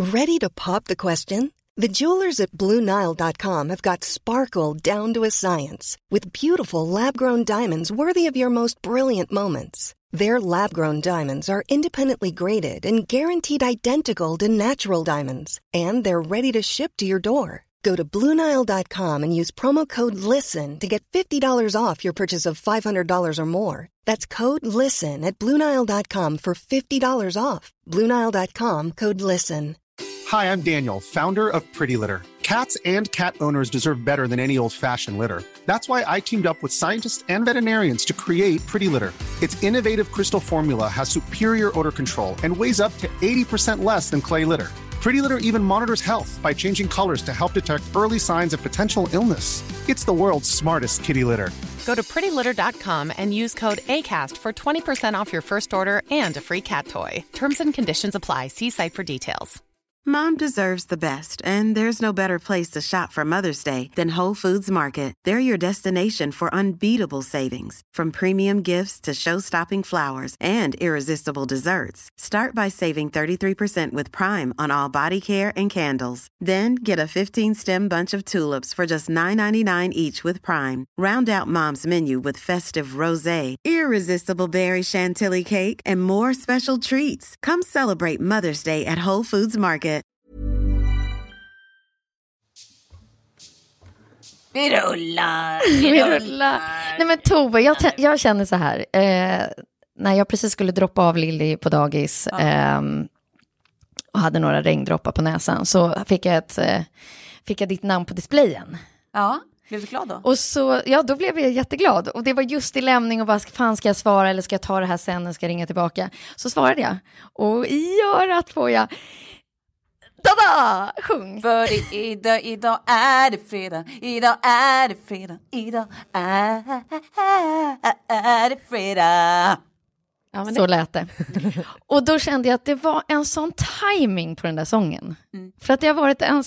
Ready to pop the question? The jewelers at BlueNile.com have got sparkle down to a science with beautiful lab-grown diamonds worthy of your most brilliant moments. Their lab-grown diamonds are independently graded and guaranteed identical to natural diamonds, and they're ready to ship to your door. Go to BlueNile.com and use promo code LISTEN to get $50 off your purchase of $500 or more. That's code LISTEN at BlueNile.com for $50 off. BlueNile.com, code LISTEN. Hi, I'm Daniel, founder of Pretty Litter. Cats and cat owners deserve better than any old-fashioned litter. That's why I teamed up with scientists and veterinarians to create Pretty Litter. Its innovative crystal formula has superior odor control and weighs up to 80% less than clay litter. Pretty Litter even monitors health by changing colors to help detect early signs of potential illness. It's the world's smartest kitty litter. Go to prettylitter.com and use code ACAST for 20% off your first order and a free cat toy. Terms and conditions apply. See site for details. Mom deserves the best, and there's no better place to shop for Mother's Day than Whole Foods Market. They're your destination for unbeatable savings, from premium gifts to show-stopping flowers and irresistible desserts. Start by saving 33% with Prime on all body care and candles. Then get a 15-stem bunch of tulips for just $9.99 each with Prime. Round out Mom's menu with festive rosé, irresistible berry chantilly cake, and more special treats. Come celebrate Mother's Day at Whole Foods Market. Vi rullar. Nej men Tove, jag känner så här. När jag precis skulle droppa av Lilly på dagis och hade några regndroppar på näsan, så fick jag ditt namn på displayen. Ja, blev du glad då? Och så, ja, då blev jag jätteglad. Och det var just i lämning och vad fan ska jag svara, eller ska jag ta det här sen och ska jag ringa tillbaka? Så svarade jag. Och i örat får jag... Tada! Sjung! För idag är det fredag. Idag är det fredag. Idag är det fredag. Ja, men så lät det. Och då kände jag att det var en sån timing på den där sången. För att det har varit en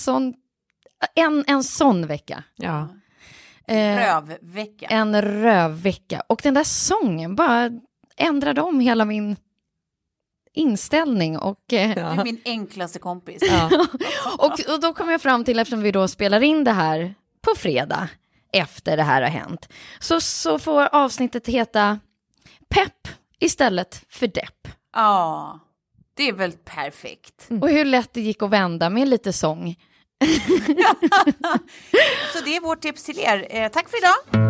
sån vecka. Ja. Rövvecka. En rövvecka. Och den där sången bara ändrade om hela min inställning. Och, Du är min enklaste kompis. Ja. och då kom jag fram till, eftersom vi då spelar in det här på fredag efter det här har hänt, så får avsnittet heta Pepp istället för depp. Ja, det är väl perfekt. Och hur lätt det gick att vända med lite sång. Så det är vårt tips till er. Tack för idag.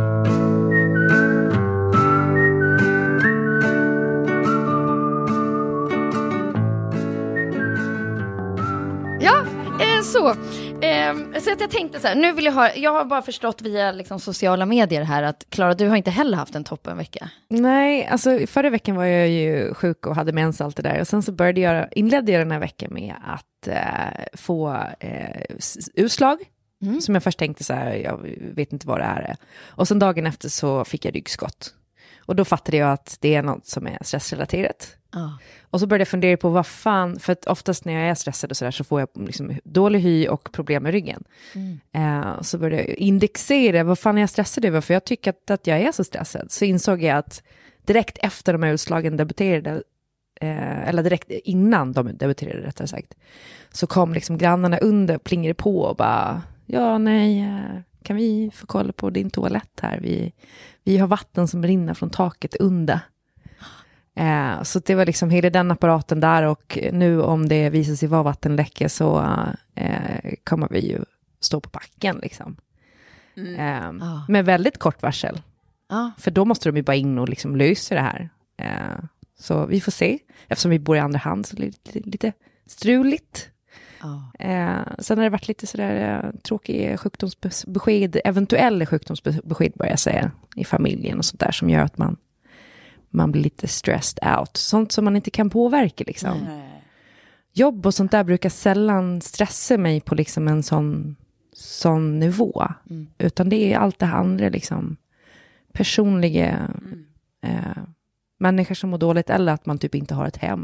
Ja, så att jag tänkte så här, nu vill jag har bara förstått via liksom sociala medier här att Klara, du har inte heller haft en toppenvecka. Nej, alltså förra veckan var jag ju sjuk och hade mens allt det där, och sen så inledde jag den här veckan med att få utslag. Som jag först tänkte så här, jag vet inte vad det här är. Och sen dagen efter så fick jag ryggskott. Och då fattade jag att det är något som är stressrelaterat. Och så började jag fundera på vad fan, för att oftast när jag är stressad och sådär så får jag liksom dålig hy och problem med ryggen. Så började jag indexera, vad fan är jag stressad över? För jag tycker att jag är så stressad. Så insåg jag att direkt efter de här utslagen debuterade, eller direkt innan de debuterade rättare sagt, så kom liksom grannarna under och plingade på och bara, ja nej, kan vi få kolla på din toalett här? Vi har vatten som rinner från taket under. Så det var liksom hela den apparaten där, och nu om det visar sig vara vattenläcka så kommer vi ju stå på backen liksom. Med väldigt kort varsel. För då måste de ju bara in och liksom lösa det här. Så vi får se. Eftersom vi bor i andra hand så är det lite struligt. Sen har det varit lite sådär tråkiga sjukdomsbesked, eventuella sjukdomsbesked börjar jag säga, i familjen och sånt där, som gör att man blir lite stressed out. Sånt som man inte kan påverka liksom. Jobb och sånt där brukar sällan stressa mig på liksom en sån nivå. Utan det är allt det andra liksom. Personliga människor som mår dåligt, eller att man typ inte har ett hem.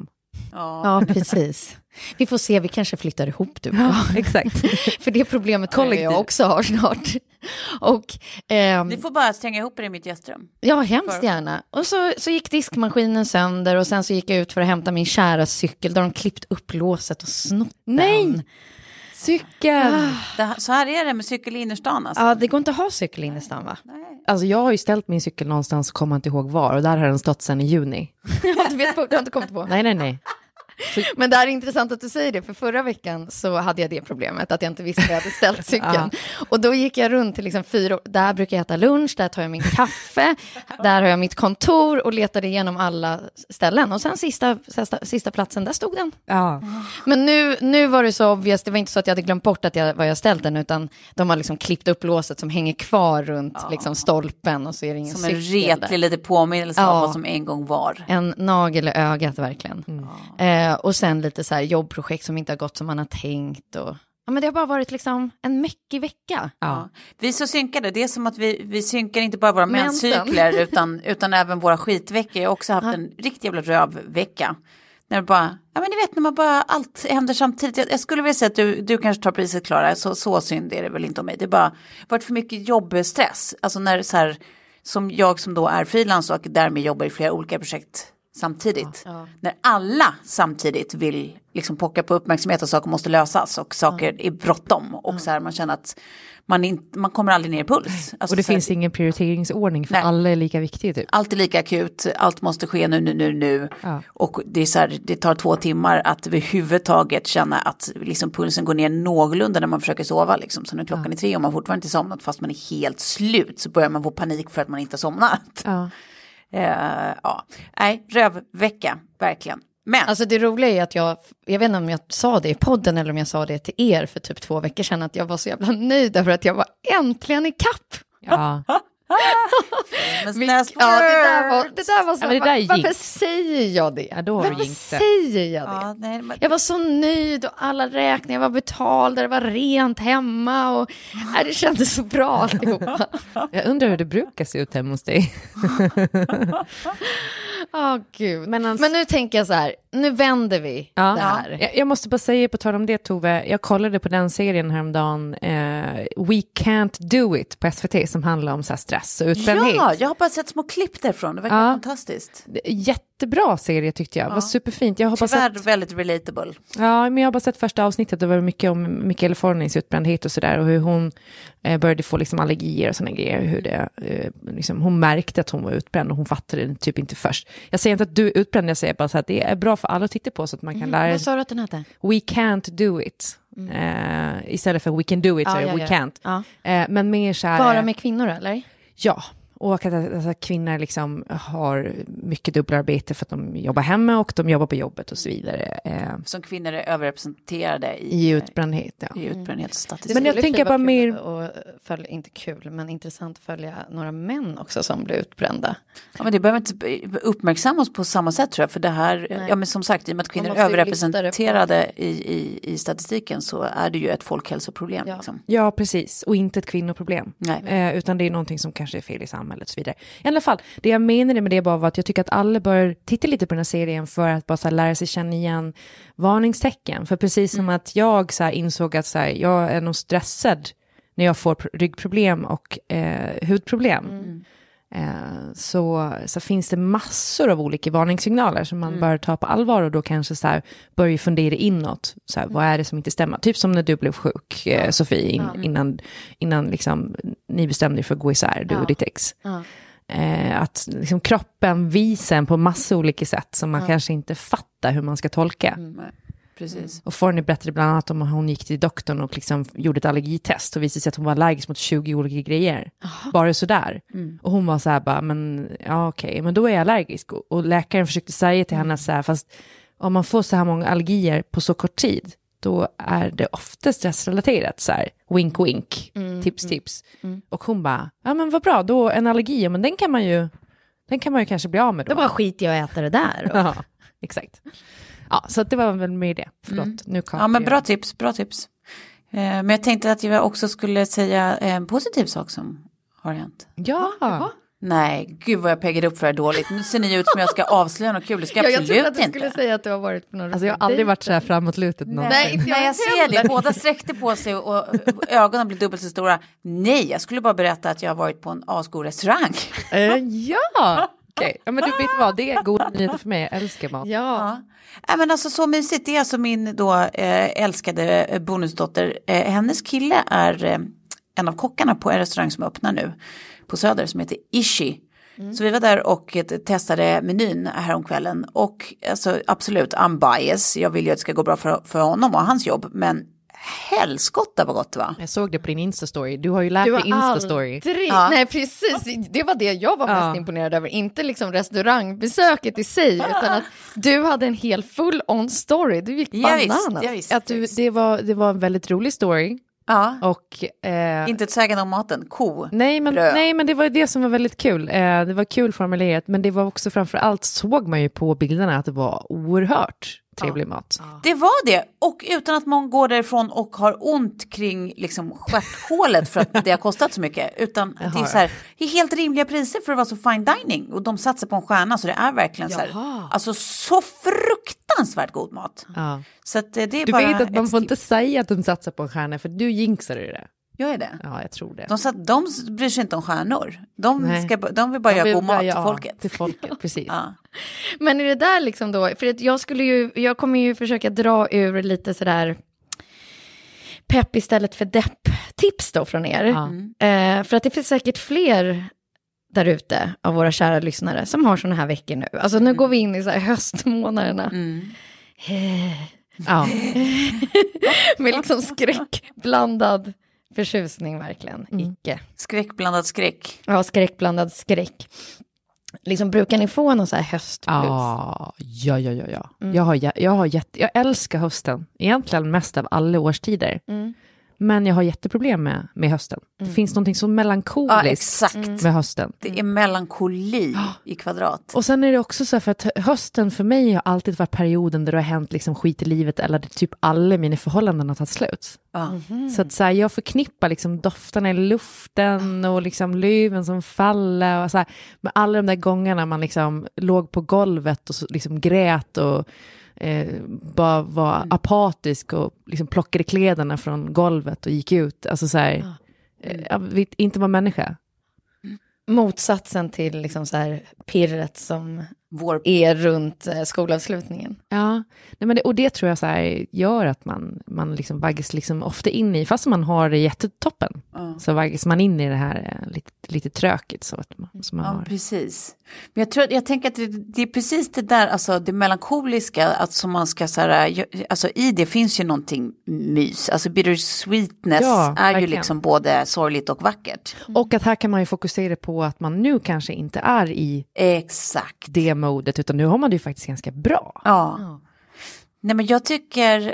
Ja, precis. Vi får se, vi kanske flyttar ihop du. Ja, exakt. För det problemet jag också har snart. Och, ni får bara stänga ihop er i mitt gästrum. Ja, hemskt gärna. Och så gick diskmaskinen sönder och sen så gick jag ut för att hämta min kära cykel. Där de klippt upp låset och snott den. Nej! Cykel! Så här är det med cykel i innerstan alltså. Ja, det går inte att ha cykel i innerstan va? Nej. Alltså jag har ju ställt min cykel någonstans och kommer inte ihåg var. Och där har den stått sedan i juni. Ja, du har inte kommit på. Nej. Men det är intressant att du säger det, för förra veckan så hade jag det problemet att jag inte visste var jag hade ställt cykeln. Och då gick jag runt till liksom 4, där brukar jag äta lunch, där tar jag min kaffe, där har jag mitt kontor och letade igenom alla ställen. Och sen sista platsen, där stod den. Ja. Men nu var det så obvious, det var inte så att jag hade glömt bort att var jag ställt den, utan de har liksom klippt upp låset som hänger kvar runt liksom stolpen och så är det ingen cykel. Som en retlig lite påminnelse av vad som en gång var. En nagel i ögat verkligen. Och sen lite så här jobbprojekt som inte har gått som man har tänkt. Och, ja, men det har bara varit liksom en mäckig vecka. Ja. Vi är så synkade. Det är som att vi synkar inte bara våra menscykler utan även våra skitveckor. Jag har också haft en riktigt jävla rövvecka. När det bara, ja men ni vet när man bara allt händer samtidigt. Jag skulle vilja säga att du kanske tar priset Klara. Så synd är det väl inte om mig. Det har bara varit för mycket jobbstress. Alltså när så här, som jag som då är frilans och därmed jobbar i flera olika projekt samtidigt. När alla samtidigt vill liksom pocka på uppmärksamhet och saker måste lösas och saker är bråttom och så här, man känner att man kommer aldrig ner i puls. Alltså, och det finns ingen prioriteringsordning för alla är lika viktiga typ. Allt är lika akut, allt måste ske nu. Ja. Och det är så här, det tar 2 timmar att överhuvudtaget känna att liksom pulsen går ner någorlunda när man försöker sova liksom. Så när klockan är 3 och man fortfarande inte somnat fast man är helt slut så börjar man få panik för att man inte har somnat. Nej, rövvecka, verkligen. Men alltså det roliga är att jag vet inte om jag sa det i podden eller om jag sa det till er för typ 2 veckor sedan att jag var så jävla nöjd över att jag var äntligen i kapp. Ja. Det där var så. Ja, varför säger jag det? Ja, varför säger jag det? Ja, nej, men... Jag var så nöjd och alla räkningar var betalda, det var rent hemma och det kändes så bra alltihopa. Jag undrar hur det brukar se ut hemma hos dig. Gud. Men nu tänker jag så här, nu vänder vi det här. Jag måste bara säga på tal om det Tove, jag kollade på den serien häromdagen, We Can't Do It på SVT som handlar om så här stress och utbrändhet. Ja, jag har bara sett små klipp därifrån, det verkar fantastiskt. Jättebra serie tyckte jag, var superfint. Jag har tyvärr väldigt relatable. Ja, men jag har bara sett första avsnittet, det var mycket om Michael Fornings utbrändhet och sådär och hur hon började få liksom allergier och sådana grejer, hur det, liksom, hon märkte att hon var utbränd och hon fattade det typ inte först. Jag säger inte att du är utbränd, jag säger bara så att det är bra för alla att titta på så att man kan lära. Vad sa du att den hette? We Can't Do It. Istället för We Can Do It, så We Can't. Men mer så här, bara med kvinnor eller? Ja. Och att alltså, kvinnor liksom har mycket dubbelarbete för att de jobbar hemma och de jobbar på jobbet och så vidare. Som kvinnor är överrepresenterade i utbrändhet. Ja. I utbrändhetsstatistik. Men jag tänker bara mer... Och inte kul, men intressant att följa några män också som blir utbrända. Ja, men det behöver inte uppmärksammas på samma sätt tror jag. För det här, ja men som sagt, i och med att kvinnor är överrepresenterade i statistiken så är det ju ett folkhälsoproblem. Ja, liksom. Ja precis. Och inte ett kvinnoproblem. Nej. Utan det är någonting som kanske är fel i samhället. Och så vidare. I alla fall, det jag menade med det bara var att jag tycker att alla bör titta lite på den här serien för att bara så här, lära sig känna igen varningstecken. För precis som att jag så här, insåg att så här, jag är nog stressad när jag får ryggproblem och hudproblem. Så finns det massor av olika varningssignaler som man bör ta på allvar och då kanske så här, börja fundera inåt. Så här, vad är det som inte stämmer? Typ som när du blev sjuk, Sofie, innan liksom, ni bestämde er för att gå isär, du och ditt ex. Att liksom, kroppen visar en på massa olika sätt som man kanske inte fattar hur man ska tolka. Precis. Och Forni berättade bland annat om att hon gick till doktorn och liksom gjorde ett allergitest och visade sig att hon var allergisk mot 20 olika grejer. Bara sådär. Och hon var så här bara, men ja okej, men då är jag allergisk. Och läkaren försökte säga till henne så här, fast om man får så här många allergier på så kort tid, då är det ofta stressrelaterat så här, wink wink, tips. Och hon bara, ja men vad bra, då en allergi, men den kan man ju kanske bli av med då. Då bara skiter jag och äter det där. Ja, exakt. Ja, så det var väl med det. Förlåt, nu ja, men bra tips. Men jag tänkte att jag också skulle säga en positiv sak som har hänt. Ja. Nej, gud vad jag peggade upp för det här dåligt. Nu ser ni ut som jag ska avslöja något kul. Det ska jag absolut inte. Jag trodde att du skulle säga att du har varit på några. Alltså jag har aldrig varit så här framåtlutet någonsin. Nej, jag ser det. Båda sträckte på sig och ögonen blir dubbelt så stora. Nej, jag skulle bara berätta att jag har varit på en asgod restaurang. Ja, okej. Ja, men du vet vad, det är goda nyheter för mig. Jag älskar mat. Ja. Men alltså så mysigt. Det är alltså min då älskade bonusdotter. Hennes kille är en av kockarna på en restaurang som öppnar nu på Söder som heter Ishi. Så vi var där och testade menyn häromkvällen och alltså, absolut, I'm biased. Jag vill ju att det ska gå bra för honom och hans jobb, men helskotta vad gott det var. Jag såg det på din Insta-story. Du har ju lärt dig Insta-story. Nej, precis. Det var det jag var mest imponerad över. Inte liksom restaurangbesöket i sig, utan att du hade en hel full-on story. Du gick bananas. Jag visst. Att det var en väldigt rolig story. Ja. Och, inte ett sägande om maten, nej, men det var det som var väldigt kul. Det var kul formulerat, men det var också framförallt såg man ju på bilderna att det var oerhört trevlig mat. Det var det, och utan att man går därifrån och har ont kring liksom stjärthålet för att det har kostat så mycket, utan det är så här, det är helt rimliga priser för att vara så fine dining, och de satsar på en stjärna, så det är verkligen så här, alltså så fruktansvärt god mat. Så att det är du bara vet att man får inte säga att de satsar på en stjärna, för du jinxar det. Gör det? Ja, jag tror det. De bryr sig inte om stjärnor. De vill bara göra god mat till folket. Till folket, precis. Men är det där liksom då, för att jag kommer ju försöka dra ur lite sådär pepp istället för depp-tips då från er. För att det finns säkert fler där ute av våra kära lyssnare som har såna här veckor nu. Alltså nu går vi in i så här höstmånaderna. Med liksom skräckblandad förtjusning verkligen. Icke. Skräckblandad skräck. Ja, skräckblandad skräck. Liksom, brukar ni få någon så här höstblues? Ja. Jag älskar hösten. Egentligen mest av alla årstider. Men jag har jätteproblem med hösten. Det finns någonting så melankoliskt med hösten. Det är melankoli i kvadrat. Och sen är det också så för att hösten för mig har alltid varit perioden där det har hänt liksom skit i livet, eller typ alla mina förhållanden har tagit slut. Så att så här, jag förknippar liksom dofterna i luften och liksom löven som faller och så här, med alla de där gångerna man liksom låg på golvet och så liksom grät och bara var apatisk och liksom plockade kläderna från golvet och gick ut. Alltså så här, inte var människa. Motsatsen till liksom så här pirret som är runt skolavslutningen. Ja, nej, men och det tror jag så här gör att man liksom vaggas liksom ofta in i, fast man har det jättetoppen, så vaggas man in i det här lite trökigt så att man har. Precis. Men jag tänker att det är precis det där, alltså det melankoliska, att som man ska så här, alltså i det finns ju någonting mys, alltså bittersweetness är verkligen. Ju liksom både sorgligt och vackert. Och att här kan man ju fokusera på att man nu kanske inte är i det modet, utan nu har man det ju faktiskt ganska bra. Ja. Nej, men jag tycker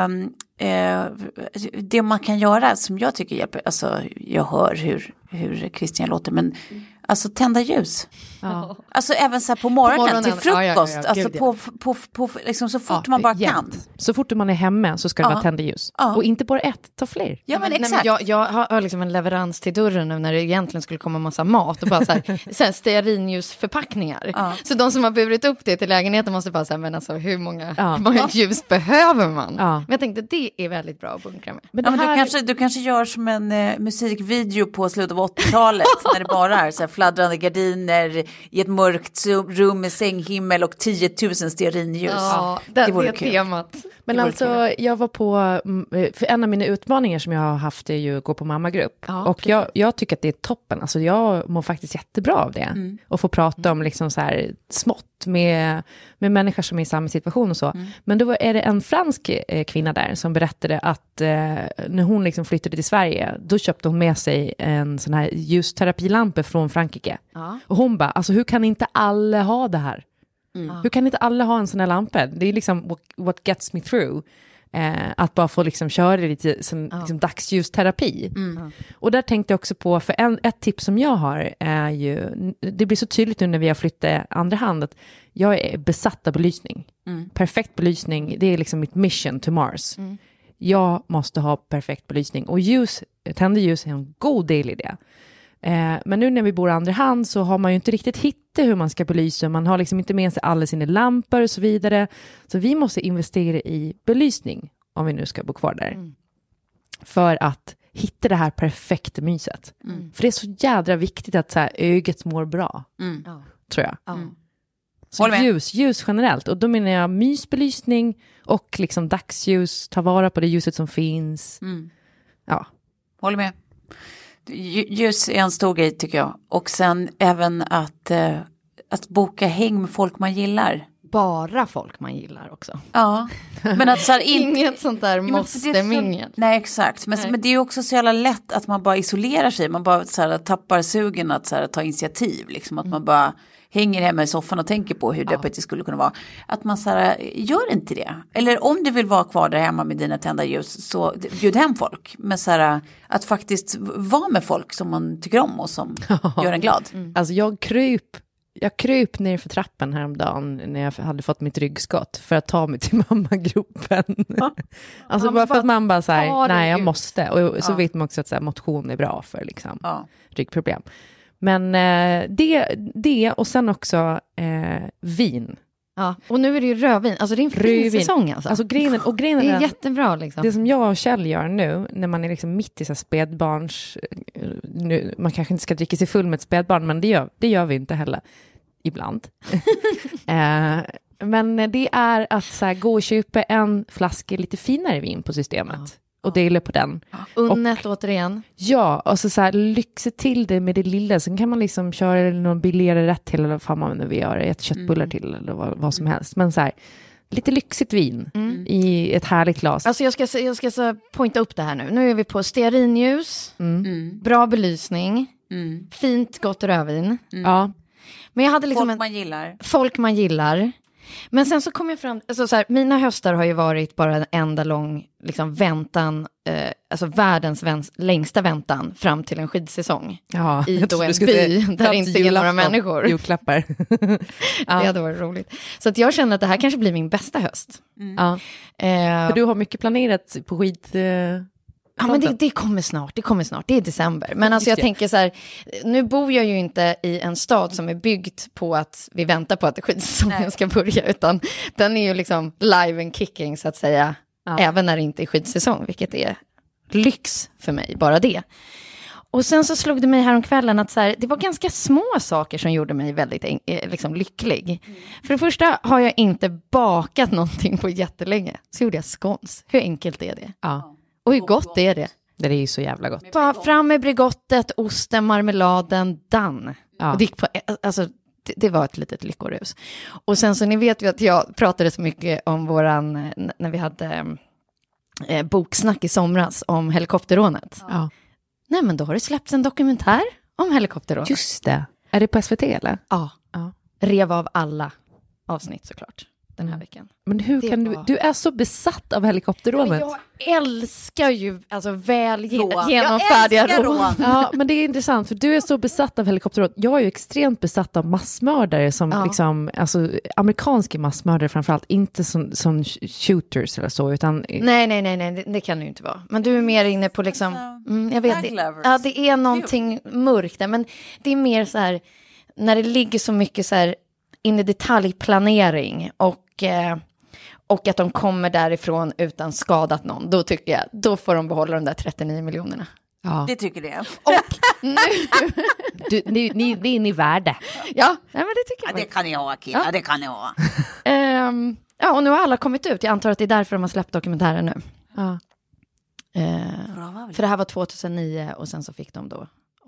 det man kan göra som jag tycker hjälper, alltså jag hör hur Christian låter, men alltså tända ljus. Alltså även så här på morgonen till frukost, alltså på liksom så fort man bara kan. Så fort man är hemma så ska det vara tända ljus. Och inte bara ta fler. Ja, men exakt. Nej, men jag har liksom en leverans till dörren nu när det egentligen skulle komma en massa mat och bara så här stearinljusförpackningar. Så de som har burit upp det till lägenheten måste bara säga, men alltså hur många ljus behöver man? Men jag tänkte det är väldigt bra att bunkra med. Men du kanske gör som en musikvideo på slutet av 80-talet när det bara är så här fladdrande gardiner i ett mörkt rum med sänghimmel och 10 000 stearinljus. Ja, det vore kul. Temat. Men alltså, jag var på, för en av mina utmaningar som jag har haft är ju att gå på mammagrupp. Och jag tycker att det är toppen. Alltså jag mår faktiskt jättebra av det. Och få prata om liksom så här smått med människor som är i samma situation och så. Men då är det en fransk kvinna där som berättade att när hon liksom flyttade till Sverige, då köpte hon med sig en sån här ljusterapilampa från Frankrike. Och hon bara, alltså hur kan inte alla ha det här? Hur kan inte alla ha en sån här lampa? Det är liksom what gets me through. Att bara få liksom köra lite som liksom dagsljusterapi. Och där tänkte jag också på, för ett tips som jag har är ju, det blir så tydligt nu när vi har flyttat andra hand, att jag är besatt av belysning. Perfekt belysning, det är liksom mitt mission to Mars. Jag måste ha perfekt belysning. Och tända ljus är en god del i det. Men nu när vi bor i andra hand så har man ju inte riktigt hittat hur man ska belysa. Man har liksom inte med sig alla sina lampor och så vidare. Så vi måste investera i belysning om vi nu ska bo kvar där. För att hitta det här perfekta myset. För det är så jädra viktigt att så här, ögat mår bra. Tror jag. Så ljus generellt. Och då menar jag mysbelysning och liksom dagsljus. Ta vara på det ljuset som finns. Ja. Håller med. Ljus är en stor grej tycker jag. Och sen även att boka häng med folk man gillar. Bara folk man gillar också. Ja. Men att så här, inget sånt där måste-mingel. Nej, exakt. Men det är ju också så jävla lätt att man bara isolerar sig. Man bara så här, tappar sugen att så här, ta initiativ. Liksom. Att man bara hänger hemma i soffan och tänker på hur deppigt det skulle kunna vara. Att man så här, gör inte det. Eller om du vill vara kvar där hemma med dina tända ljus så bjud hem folk. Men så här, att faktiskt vara med folk som man tycker om och som gör en glad. Alltså jag kryp ner för trappen häromdagen när jag hade fått mitt ryggskott för att ta mig till mammagruppen. Alltså bara för att man bara så här, nej jag måste. Och så vet man också att så här, motion är bra för liksom ryggproblem. Men det och sen också vin. Ja, och nu är det ju rövin. Alltså det är en fin säsong alltså. Alltså grejen det är jättebra liksom. Det som jag och Kjell gör nu när man är liksom mitt i så här spädbarns nu, man kanske inte ska dricka sig full med ett spädbarn, men det gör vi inte heller ibland. Men det är att så här, gå och köpa en flaska lite finare vin på systemet. Och dela på den. Unnet återigen. Ja, och så här lyxa till det med det lilla. Sen kan man liksom köra någon billigare rätt till. Eller vad fan man nu vill göra. Ett köttbullar till eller vad som helst. Men så här, lite lyxigt vin i ett härligt glas. Alltså jag ska så pointa upp det här nu. Nu är vi på stearinljus. Bra belysning. Fint gott rödvin. Ja. Men jag hade liksom folk man gillar. Men sen så kom jag fram, alltså så här, mina höstar har ju varit bara en enda lång liksom väntan, alltså världens längsta väntan fram till en skidsäsong. Ja, i då en by där det inte är några människor. Julklappar. Det hade varit roligt. Så att jag känner att det här kanske blir min bästa höst. Ja. För du har mycket planerat på skid... Ja, men det kommer snart. Det är december. Men alltså jag tänker så här, nu bor jag ju inte i en stad som är byggd på att vi väntar på att skidsäsongen ska börja, utan den är ju liksom live and kicking så att säga, även när det inte är skidsäsong, vilket är lyx för mig, bara det. Och sen så slog det mig häromkvällen att så här, det var ganska små saker som gjorde mig väldigt liksom lycklig. För det första har jag inte bakat någonting på jättelänge, så gjorde jag scones. Hur enkelt är det? Ja. Och hur gott är det? Det är ju så jävla gott. Bara fram med brigottet, osten, marmeladen, done. Ja. Och det gick på, alltså, det var ett litet lyckorus. Och sen så ni vet ju att jag pratade så mycket om våran, när vi hade boksnack i somras om helikopterrånet. Ja. Nej, men då har det släppts en dokumentär om helikopterrånet. Just det. Är det på SVT eller? Ja. Rev av alla avsnitt såklart den här veckan. Men hur kan du är så besatt av helikopterrånet. Ja, jag älskar ju alltså väl genomfärdiga rån. Ja, men det är intressant för du är så besatt av helikopterrån. Jag är ju extremt besatt av massmördare som liksom, alltså amerikanska massmördare framförallt, inte som shooters eller så, utan... Nej, det kan det ju inte vara. Men du är mer inne på liksom, jag vet det. Ja, det är någonting mörkt där, men det är mer så här, när det ligger så mycket så här in i detaljplanering och att de kommer därifrån utan skadat någon, då tycker jag, då får de behålla de där 39 miljonerna. Ja. Det tycker det. Och nu... ni är ni värde. Ja, nej, men det tycker jag. Det kan jag ha, Killa, det kan jag ha. Ja, och nu har alla kommit ut. Jag antar att det är därför de har släppt dokumentären nu. Ja. För det här var 2009 och sen så fick de då.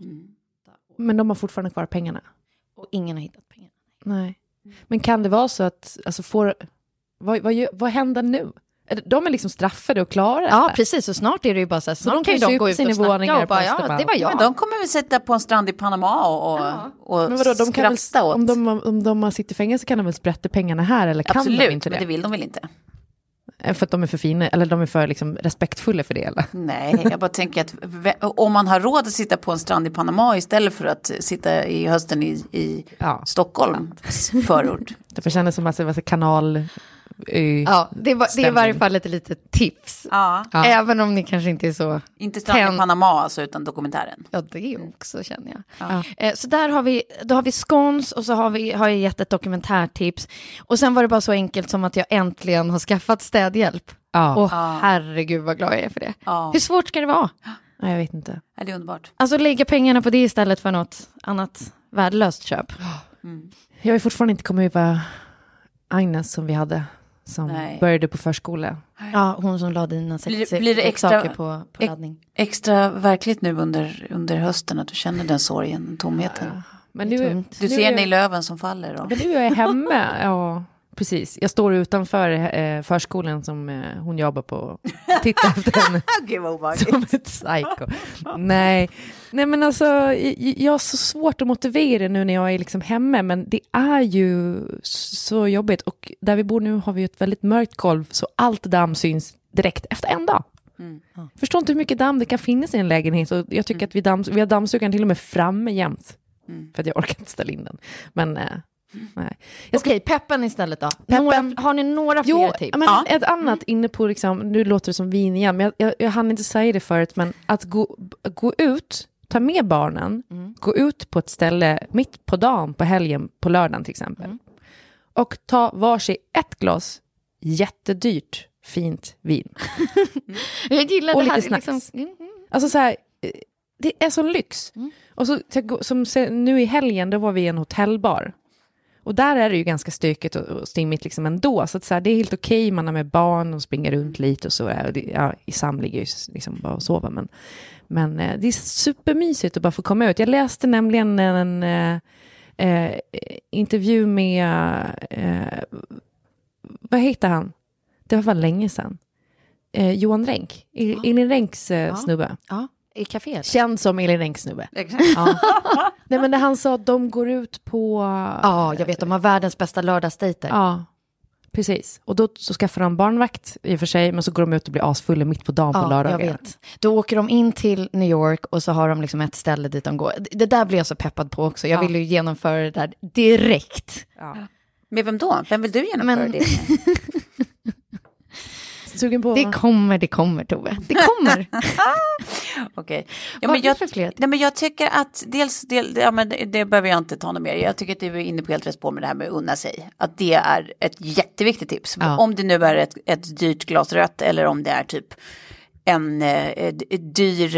Men de har fortfarande kvar pengarna. Och ingen har hittat pengarna. Nej. Men kan det vara så att, alltså vad händer nu? De är liksom straffade och klara. Ja, precis. Så snart är det ju bara så här, snart så de kan ju gå ut och snacka och bara, det var jag. Men de kommer väl sätta på en strand i Panama och men vadå, de kan väl, skratta åt. Om de har sitter i fängelse kan de väl sprätta pengarna här, eller kan absolut, de inte det? Men det vill de väl inte. För att de är för fina, eller de är för liksom respektfulla för det, eller? Nej, jag bara tänker att om man har råd att sitta på en strand i Panama istället för att sitta i hösten i Stockholm förord. Det känns som att det var Ja, det är i varje fall ett litet tips. Ja. Även om ni kanske inte är så... Inte stranden i Panama alltså, utan dokumentären. Ja, det också känner jag. Ja. Så där har vi scones och så har jag gett ett dokumentärtips. Och sen var det bara så enkelt som att jag äntligen har skaffat städhjälp. Och herregud vad glad jag är för det. Hur svårt ska det vara? Ja, jag vet inte. Ja, det är underbart. Alltså lägga pengarna på det istället för något annat värdelöst köp. Jag har fortfarande inte kommit över Agnes som vi hade. Som började på förskola. Ja, hon som lade dina blir det extra, saker på laddning. Extra verkligt nu under hösten att du känner den sorgen, tomheten. Ja. Men nu, du ser den i löven som faller. Och... Men nu är jag hemma, ja. Precis, jag står utanför förskolan som hon jobbar på. Titta efter henne som ett psycho. Nej, men alltså jag har så svårt att motivera nu när jag är liksom hemma. Men det är ju så jobbigt. Och där vi bor nu har vi ett väldigt mörkt golv. Så allt damm syns direkt efter en dag. Förstår inte hur mycket damm det kan finnas i en lägenhet. Och jag tycker att vi har dammsugaren till och med framme jämt. För att jag orkar inte ställa in den. Men... Nej. Okej, peppen istället då. Har ni några fler tips? Men ett annat inne på liksom, nu låter det som vin igen, men jag hann inte säga det förut, men att gå ut, ta med barnen, gå ut på ett ställe mitt på dagen, på helgen, på lördagen till exempel. Och ta varsin ett glas jättedyrt, fint vin. Jag gillar och det här. Lite snacks. Liksom. Alltså så här, det är så lyx. Och så som nu i helgen, då var vi i en hotellbar. Och där är det ju ganska stökigt och stimmigt liksom ändå. Så att så här, det är helt okej. Man är med barn och springer runt lite och så. I Sam ligger ju liksom bara och sover. Men det är supermysigt att bara få komma ut. Jag läste nämligen en intervju med... vad heter han? Det var länge sedan. Johan Renck. Elin Renks snubbe. Ja. I kaféet. Känd som Elin Renks snubbe. Exakt. Nej, men det han sa att de går ut på... Ja, jag vet. De har världens bästa lördagsdejter. Ja, precis. Och då så skaffar de barnvakt i och för sig. Men så går de ut och blir asfulla mitt på dagen på lördagar. Jag vet. Då åker de in till New York och så har de liksom ett ställe dit de går. Det där blir jag så peppad på också. Jag vill ju genomföra det där direkt. Ja. Med vem då? Vem vill du genomföra det? Sugen på... Det kommer Tove. Det kommer. Okej. Ja, men jag tycker att det behöver jag inte ta något mer. Jag tycker att du är inne på helt rätt spår med det här med att unna sig. Att det är ett jätteviktigt tips. Ja. Om det nu är ett dyrt glas rött eller om det är typ en dyr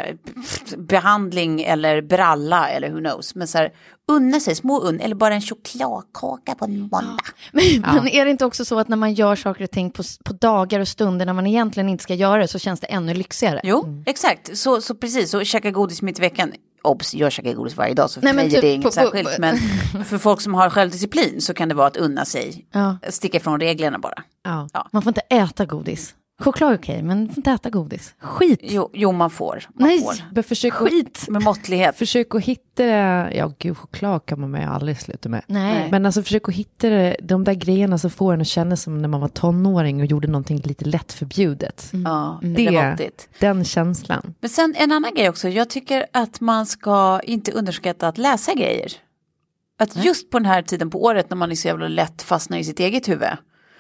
behandling eller bralla eller who knows. Men så här, unna sig, eller bara en chokladkaka på en måndag. Men är det inte också så att när man gör saker och ting på dagar och stunder när man egentligen inte ska göra det så känns det ännu lyxigare? Jo, exakt. Så precis, så käka godis mitt i veckan. Obs, jag käkar godis varje dag så för mig är det inget särskilt. Men för folk som har självdisciplin så kan det vara att unna sig. Sticka ifrån reglerna bara. Ja. Man får inte äta godis. Choklad är okej, men man får inte äta godis. Skit. Jo man får. Skit. Med måttlighet. Försök att hitta, choklad kan man med aldrig sluta med. Nej. Men alltså försök att hitta de där grejerna som får en att känna som när man var tonåring och gjorde någonting lite lätt förbjudet. Ja, den känslan. Men sen en annan grej också. Jag tycker att man ska inte underskatta att läsa grejer. Att just på den här tiden på året när man är så jävla lätt fastnar i sitt eget huvud.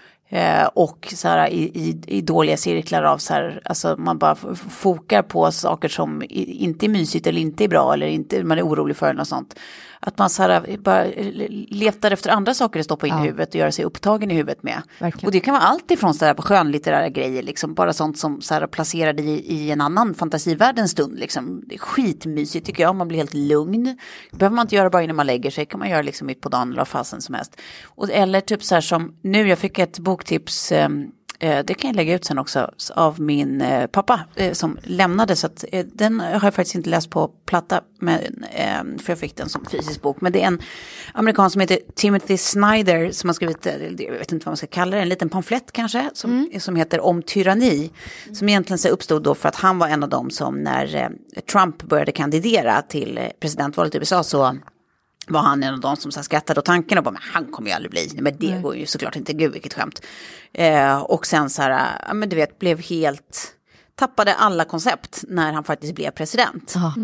Och så här, i dåliga cirklar av så här, alltså man bara fokar på saker som inte är mysigt eller inte är bra eller inte man är orolig för eller något sånt. Att man så här, bara letar efter andra saker att stoppa in i huvudet och göra sig upptagen i huvudet med. Verkligen. Och det kan vara allt ifrån så här på skönlitterära grejer liksom, bara sånt som så här placerar dig i en annan fantasivärld en stund liksom. Det är skitmysigt tycker jag, man blir helt lugn. Det behöver man inte göra bara innan man lägger sig, kan man göra liksom mitt på dagen eller fasen som helst. Eller typ så här som nu, jag fick ett boktips, det kan jag lägga ut sen också, av min pappa som lämnade, så att den har jag faktiskt inte läst på platta, för jag fick den som fysisk bok, men det är en amerikan som heter Timothy Snyder som har skrivit, jag vet inte vad man ska kalla det, en liten pamflett kanske, som heter Om tyranni, som egentligen så uppstod då för att han var en av dem som när Trump började kandidera till presidentvalet i USA så var han en av de som så skrattade åt tanken och bara, men han kommer ju aldrig bli. Men det går ju såklart inte, gud vilket skämt. Och sen så här, men du vet, blev helt, tappade alla koncept när han faktiskt blev president.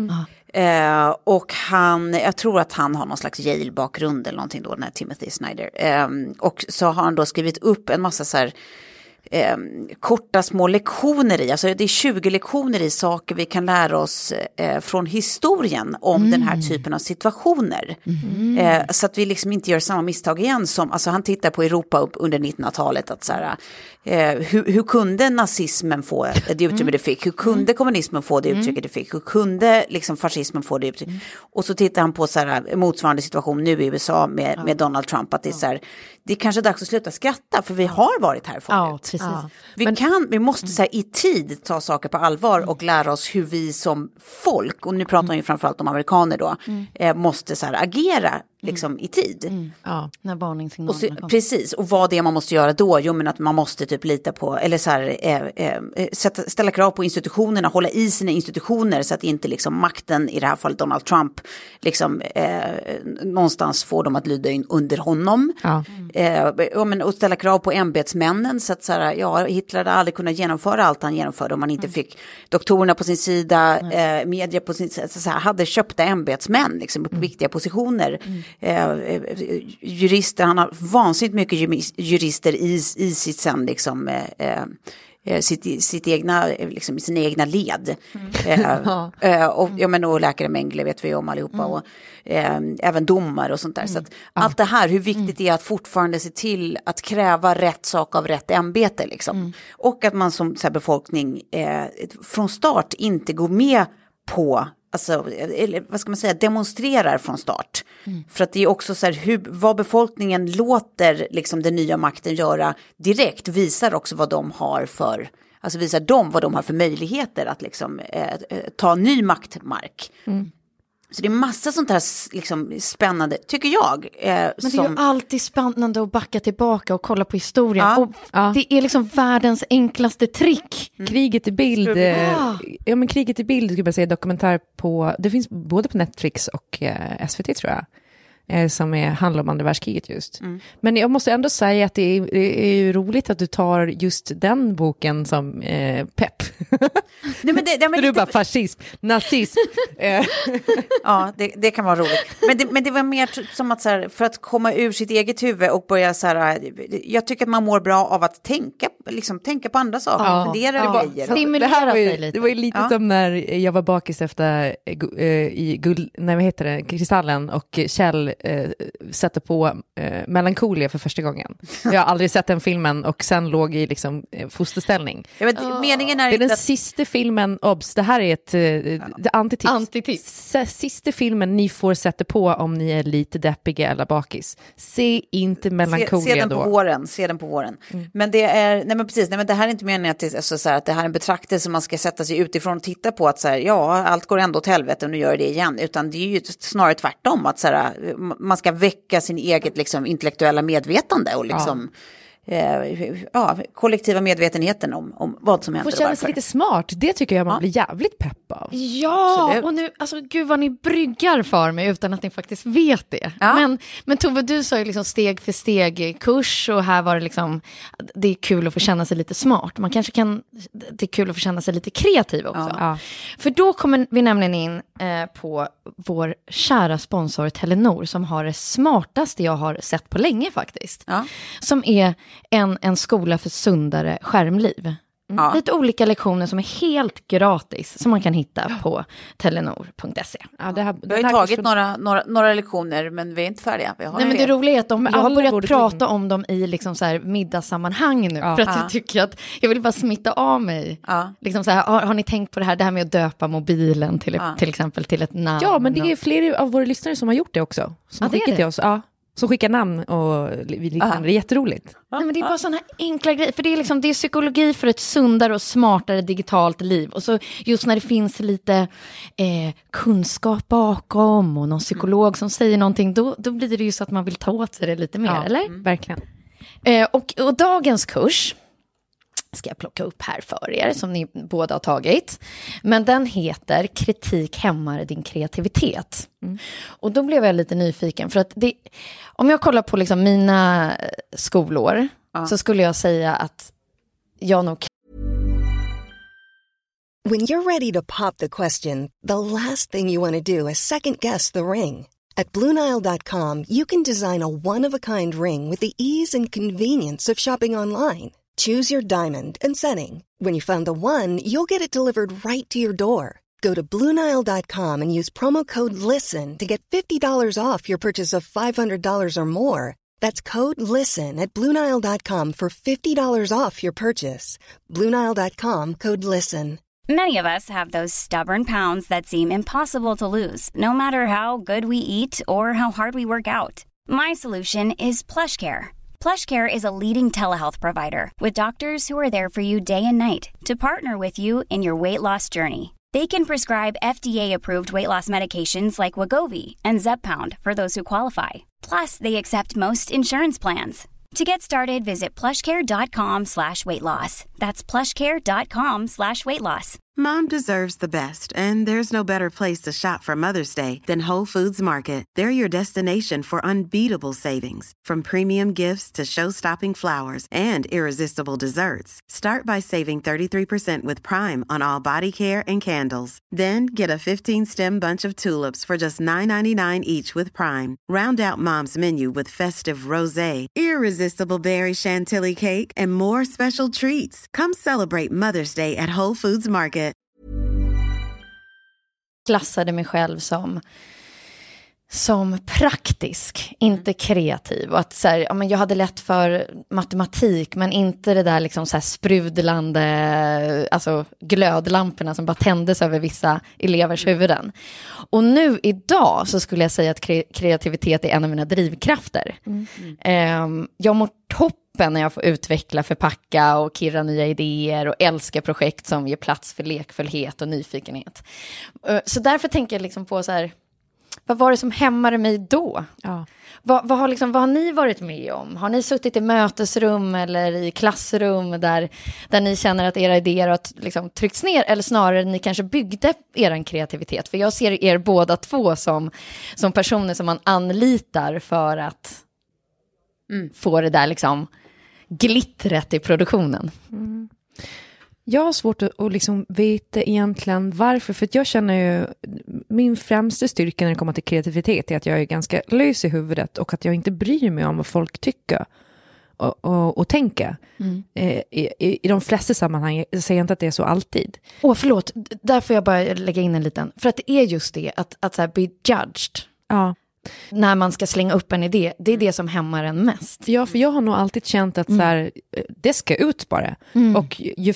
Och jag tror att han har någon slags Yale-bakgrund eller någonting då, den här Timothy Snyder. Och så har han då skrivit upp en massa så här korta små lektioner i, alltså det är 20 lektioner i saker vi kan lära oss från historien om den här typen av situationer. Så att vi liksom inte gör samma misstag igen som, alltså han tittar på Europa under 1900-talet att så här, hur kunde nazismen få det utrymme det fick? Hur kunde kommunismen få det uttrycket det fick? Hur kunde liksom fascismen få det uttrycket? Och så tittar han på så här, motsvarande situation nu i USA med Donald Trump, att det är så här, det är kanske dags att sluta skratta för vi har varit här förut. Vi måste så här, i tid ta saker på allvar och lära oss hur vi som folk, och nu pratar vi framförallt om amerikaner då, måste så här, agera liksom i tid. När varningssignalerna kommer. Precis, och vad det är man måste göra då? Jo, men att man måste typ lita på, eller så här, ställa krav på institutionerna, hålla i sina institutioner så att inte liksom makten, i det här fallet Donald Trump, liksom någonstans får dem att lyda under honom. Och ställa krav på ämbetsmännen så att så här, Hitler hade aldrig kunnat genomföra allt han genomförde om man inte fick doktorerna på sin sida, media på sin sida, så här, hade köpta ämbetsmän liksom, på viktiga positioner. Jurister, han har vansinnigt mycket jurister i sitt sen liksom sitt egna, liksom, sina egna led. Och läkare Mengele vet vi om allihopa och även domar och sånt där. Så att allt det här, hur viktigt det är att fortfarande se till att kräva rätt sak av rätt ämbete liksom. Och att man som så här, befolkning från start inte går med på, alltså, eller vad ska man säga, demonstrerar från start. För att det är också så här, vad befolkningen låter liksom den nya makten göra direkt visar också vad de har för, alltså visar dem vad de har för möjligheter att liksom ta ny maktmark. Så det är massa sånt här liksom spännande, tycker jag. Men det är ju alltid spännande att backa tillbaka och kolla på historien. Och det är liksom världens enklaste trick. Kriget i bild. Men Kriget i bild skulle jag säga dokumentär på, det finns både på Netflix och SVT tror jag. Som handlar om andra världskriget just. Men jag måste ändå säga att det är ju roligt att du tar just den boken som pepp. Nej, men du bara fascism, nazism. Ja, det kan vara roligt. Men det var mer som att så här, för att komma ur sitt eget huvud och börja så här, jag tycker att man mår bra av att tänka på andra saker, fundera över grejer. Det var ju lite som när jag var bakis efter Kristallen och Kjell sätter på Melancholia för första gången. Jag har aldrig sett den filmen och sen låg i liksom fosterställning. Meningen är det är den sista filmen, det här är ett antitips. Sista filmen ni får sätta på om ni är lite deppiga eller bakis. Se inte Melancholia se den på våren. Men det är, det här är inte meningen att att det här är en betraktelse som man ska sätta sig utifrån och titta på att så här, allt går ändå åt helvete och nu gör det igen, utan det är ju snarare tvärtom att så här, man ska väcka sin eget liksom intellektuella medvetande och liksom kollektiva medvetenheten om vad som händer. Får känna sig lite smart, det tycker jag man blir jävligt pepp av. Ja, absolut. Och nu, alltså gud vad ni bryggar för mig utan att ni faktiskt vet det. Men Tove, du sa ju liksom steg för steg kurs och här var det liksom, det är kul att få känna sig lite smart. Man kanske det är kul att få känna sig lite kreativ också. För då kommer vi nämligen in på vår kära sponsor Telenor som har det smartaste jag har sett på länge faktiskt. Som är en skola för sundare skärmliv. Lite olika lektioner som är helt gratis som man kan hitta på telenor.se. Vi har ju tagit några lektioner men vi är inte färdiga. Men det roliga är att de har börjat prata om dem i liksom så här middagssammanhang nu. För att jag tycker att jag vill bara smitta av mig. Liksom så här, har ni tänkt på det här med att döpa mobilen till exempel till ett namn? Ja, men det är flera av våra lyssnare som har gjort det också. Som har skickat till oss. Som skickar namn och vi liknande. Det är jätteroligt. Nej, men det är bara sådana här enkla grejer. För det är, liksom, det är psykologi för ett sundare och smartare digitalt liv. Och så just när det finns lite kunskap bakom och någon psykolog som säger någonting, då blir det ju så att man vill ta åt sig det lite mer, eller? Verkligen. Och dagens kurs ska jag plocka upp här för er som ni båda har tagit. Men den heter Kritik hämmar din kreativitet. Och då blev jag lite nyfiken för att om jag kollar på liksom mina skolår så skulle jag säga att jag nog... When you're ready to pop the question, the last thing you want to do is second-guess the ring. At BlueNile.com, you can design a one-of-a-kind ring with the ease and convenience of shopping online. Choose your diamond and setting. When you find the one, you'll get it delivered right to your door. Go to BlueNile.com and use promo code LISTEN to get $50 off your purchase of $500 or more. That's code LISTEN at BlueNile.com for $50 off your purchase. BlueNile.com, code LISTEN. Many of us have those stubborn pounds that seem impossible to lose, no matter how good we eat or how hard we work out. My solution is PlushCare. PlushCare is a leading telehealth provider with doctors who are there for you day and night to partner with you in your weight loss journey. They can prescribe FDA-approved weight loss medications like Wegovy and Zepbound for those who qualify. Plus, they accept most insurance plans. To get started, visit plushcare.com/weightloss. That's plushcare.com/weightloss. Mom deserves the best, and there's no better place to shop for Mother's Day than Whole Foods Market. They're your destination for unbeatable savings, from premium gifts to show-stopping flowers and irresistible desserts. Start by saving 33% with Prime on all body care and candles. Then get a 15-stem bunch of tulips for just $9.99 each with Prime. Round out Mom's menu with festive rosé, irresistible berry chantilly cake, and more special treats. Come celebrate Mother's Day at Whole Foods Market. Klassade mig själv som praktisk, inte kreativ. Och att så här, ja, men jag hade lätt för matematik, men inte det där liksom så här sprudlande, alltså glödlamporna som bara tändes över vissa elevers huvuden. Och nu idag så skulle jag säga att kreativitet är en av mina drivkrafter. Jag mår toppen när jag får utveckla, förpacka och kirra nya idéer och älska projekt som ger plats för lekfullhet och nyfikenhet. Så därför tänker jag liksom på så här, vad var det som hämmade mig då? Ja. Vad har ni varit med om? Har ni suttit i mötesrum eller i klassrum där ni känner att era idéer har liksom tryckts ner, eller snarare ni kanske byggde er kreativitet? För jag ser er båda två som personer som man anlitar för att få det där liksom glittret i produktionen. Jag har svårt att liksom veta egentligen varför, för att jag känner ju min främsta styrka när det kommer till kreativitet är att jag är ganska lös i huvudet och att jag inte bryr mig om vad folk tycker och tänker. I de flesta sammanhang. Jag säger inte att det är så alltid. Förlåt, där får jag bara lägga in en liten, för att det är just det att så här be judged. Ja. När man ska slänga upp en idé, det är det som hämmar en mest. Ja, för jag har nog alltid känt att så här, det ska ut bara. Och ju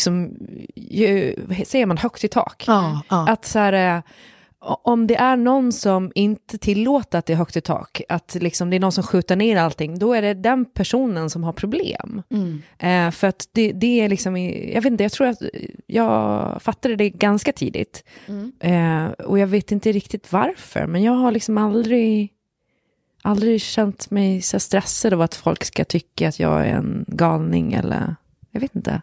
säger man högt i tak. Att så här, om det är någon som inte tillåter att det är högt i tak, att liksom det är någon som skjuter ner allting, då är det den personen som har problem. För att det är liksom, jag vet inte, jag tror att jag fattade det ganska tidigt. Och jag vet inte riktigt varför, men jag har liksom aldrig känt mig så stressad av att folk ska tycka att jag är en galning, eller jag vet inte.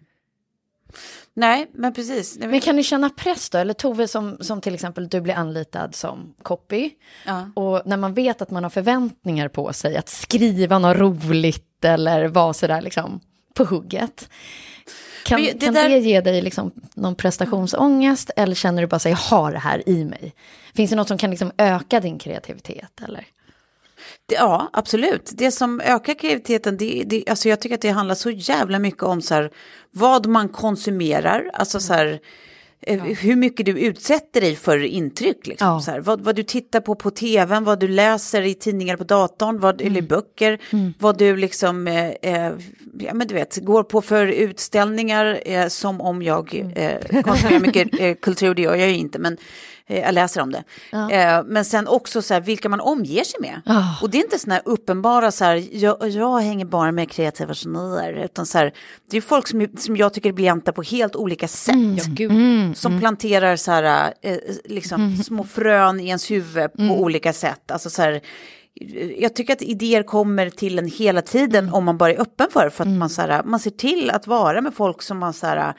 Nej, men precis. Men kan ni känna press då? Eller Tove, som till exempel du blir anlitad som copy. Ja. Och när man vet att man har förväntningar på sig att skriva något roligt eller vara sådär liksom på hugget. Kan det ge dig liksom någon prestationsångest, eller känner du bara att jag har det här i mig? Finns det något som kan liksom öka din kreativitet, eller? Ja, absolut. Det som ökar kreativiteten, alltså jag tycker att det handlar så jävla mycket om så här, vad man konsumerar. Alltså så här, hur mycket du utsätter dig för intryck. Liksom, så här, vad du tittar på tvn, vad du läser i tidningar på datorn, eller böcker. Vad du liksom, men du vet, går på för utställningar, som om jag konsumerar mycket kultur, det gör jag ju inte, men jag läser om det. Men sen också så här, vilka man omger sig med. Och det är inte såna här uppenbara så här, jag hänger bara med kreativa genier, utan så här, det är folk som jag tycker är briljanta på helt olika sätt. Som planterar så här, liksom små frön i ens huvud på olika sätt. Alltså så här, jag tycker att idéer kommer till en hela tiden om man bara är öppen för att man, så här, man ser till att vara med folk som man så här,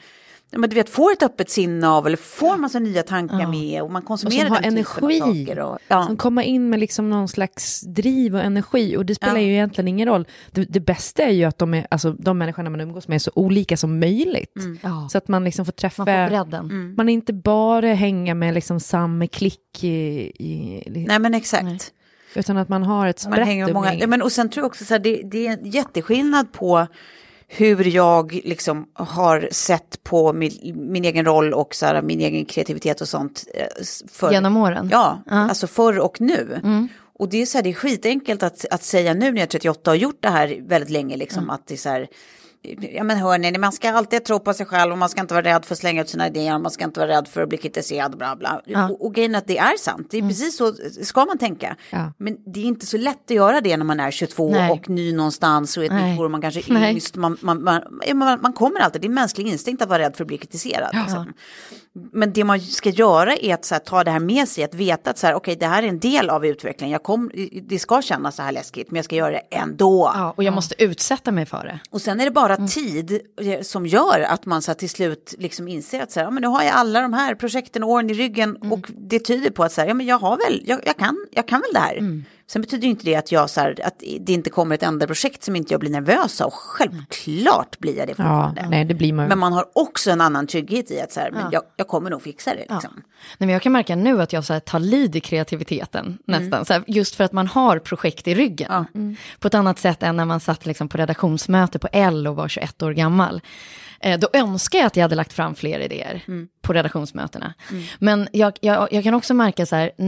men du vet, får ett öppet sinne av, eller får massa nya tankar med, och man konsumerar och som den har typen av saker. Och, som kommer in med liksom någon slags driv och energi, och det spelar ju egentligen ingen roll. Det bästa är ju att de människorna man umgås med är så olika som möjligt. Så att man liksom får träffa, man får bredden. Man inte bara hänga med liksom samma klick nej, men exakt. Nej. Utan att man har ett brett men och sen tror jag också så här, det är en jätteskillnad på hur jag liksom har sett på min egen roll och så här, min egen kreativitet och sånt. Genom åren? Ja, alltså förr och nu. Och det är så här, det är skitenkelt att säga nu när jag är 38 och har gjort det här väldigt länge liksom, att det är så här, ja men hörni, man ska alltid tro på sig själv och man ska inte vara rädd för att slänga ut sina idéer, man ska inte vara rädd för att bli kritiserad, bla bla. Och grejen är att det är sant, det är precis så ska man tänka. Men det är inte så lätt att göra det när man är 22 och ny någonstans och ett nytt forum, man kanske är yngst, man kommer alltid, det är mänsklig instinkt att vara rädd för att bli kritiserad. Liksom. Men det man ska göra är att så här, ta det här med sig, att veta att så här, okej, det här är en del av utvecklingen, det ska kännas så här läskigt, men jag ska göra det ändå. Ja, och jag måste utsätta mig för det. Och sen är det bara tid som gör att man så här, till slut liksom inser att så här, ja, men nu har jag alla de här projekten och åren i ryggen, och det tyder på att så här, ja, men jag kan väl det här. Sen betyder inte det att jag så här, att det inte kommer ett enda projekt som inte jag blir nervös av, och självklart blir jag det fortfarande. Nej, det blir man. Men man har också en annan trygghet i att så här, men jag kommer nog fixa det liksom. Nej, men jag kan märka nu att jag så här, tar lid i kreativiteten nästan, så här, just för att man har projekt i ryggen på ett annat sätt än när man satt liksom, på redaktionsmöte på L och var 21 år gammal. Då önskar jag att jag hade lagt fram fler idéer på redaktionsmötena. Men jag kan också märka så här,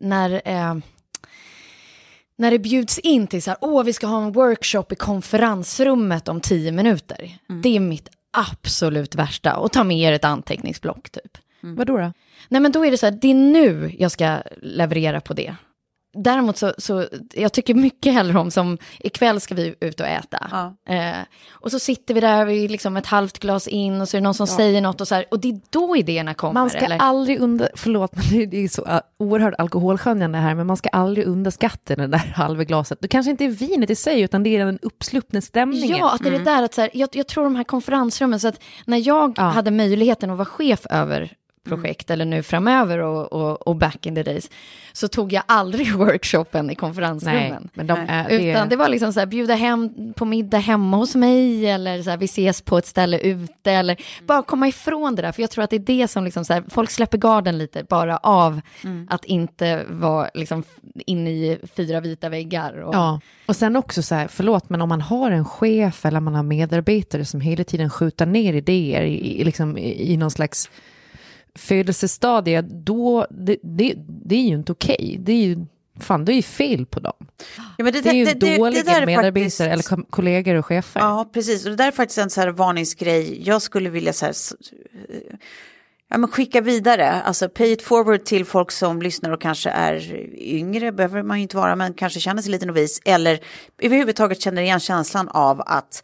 när det bjuds in till så här, vi ska ha en workshop i konferensrummet om 10 minuter. Det är mitt absolut värsta. Och ta med er ett anteckningsblock typ. Vadå då? Nej, men då är det så här, det är nu jag ska leverera på det. Däremot så jag tycker mycket hellre om som ikväll ska vi ut och äta. Och så sitter vi där vid liksom ett halvt glas in och så är det någon som säger något och så här, och det är då idéerna kommer. Man ska aldrig förlåt, men det är så oerhört alkoholskönjande här, men man ska aldrig underskatta det där halva glaset. Det kanske inte är vinet i sig, utan det är den uppsluppna stämningen. Ja, att det är det där att så här, jag tror de här konferensrummen, så att när jag hade möjligheten att vara chef över projekt eller nu framöver och back in the days, så tog jag aldrig workshopen i konferensrummen. Nej, men utan det var liksom så här, bjuda hem på middag hemma hos mig, eller så här, vi ses på ett ställe ute, eller bara komma ifrån det där, för jag tror att det är det som liksom så här, folk släpper garden lite bara av att inte vara liksom inne i 4 vita väggar. Och sen också så här, förlåt, men om man har en chef eller man har medarbetare som hela tiden skjuter ner idéer i någon slags födelsestadie, då det är ju inte okej. Det är ju det är ju fel på dem. Ja, men det är ju dåliga medarbetare faktiskt, eller kollegor och chefer. Ja, precis. Och det där är faktiskt en så här varningsgrej. Jag skulle vilja så här, men skicka vidare, alltså pay it forward till folk som lyssnar och kanske är yngre, behöver man ju inte vara, men kanske känner sig lite novis, eller överhuvudtaget känner igen känslan av att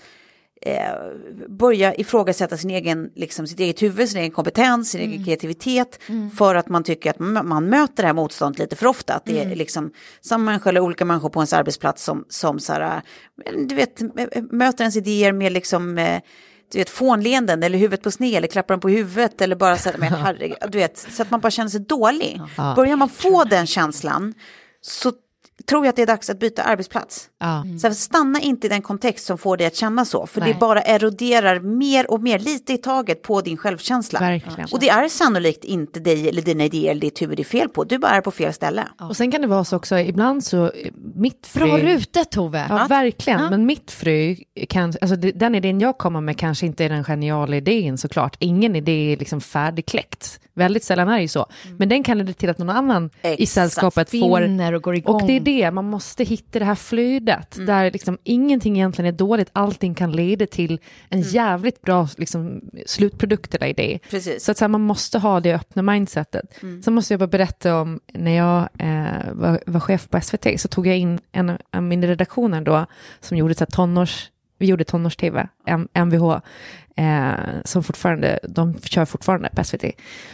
börja ifrågasätta sin egen, liksom, sitt eget huvud, sin egen kompetens, sin egen kreativitet, för att man tycker att man möter det här motståndet lite för ofta, att det är liksom samma människa eller olika människor på ens arbetsplats som så här, du vet, möter ens idéer med liksom du vet, fånleenden eller huvudet på sned eller klappar den på huvudet eller bara så här, men herregud, du vet, så att man bara känner sig dålig. Börjar man få den känslan, så tror jag att det är dags att byta arbetsplats. Så stanna inte i den kontext som får dig att känna så. För det bara eroderar mer och mer, lite i taget, på din självkänsla. Verkligen. Och det är sannolikt inte dig eller dina idéer eller ditt huvud det är fel på. Du bara är på fel ställe. Och sen kan det vara så också, ibland så mitt frö... Bra rutet, Tove. Ja, verkligen. Men mitt frö kan... Alltså den idén jag kommer med kanske inte är den geniala idén, såklart. Ingen idé är liksom färdigkläckt. Väldigt sällan är det ju så. Men den kan leda till att någon annan i sällskapet får... och går igång. Och det är det, man måste hitta det här flödet. Där liksom ingenting egentligen är dåligt. Allting kan leda till en jävligt bra liksom, slutprodukt eller idé. Precis. Så att så här, man måste ha det öppna mindsetet. Så måste jag bara berätta om när jag var chef på SVT, så tog jag in en av mina redaktioner då, som gjorde så här vi gjorde tonårs-tv, MVH, som fortfarande, de kör fortfarande på SVT.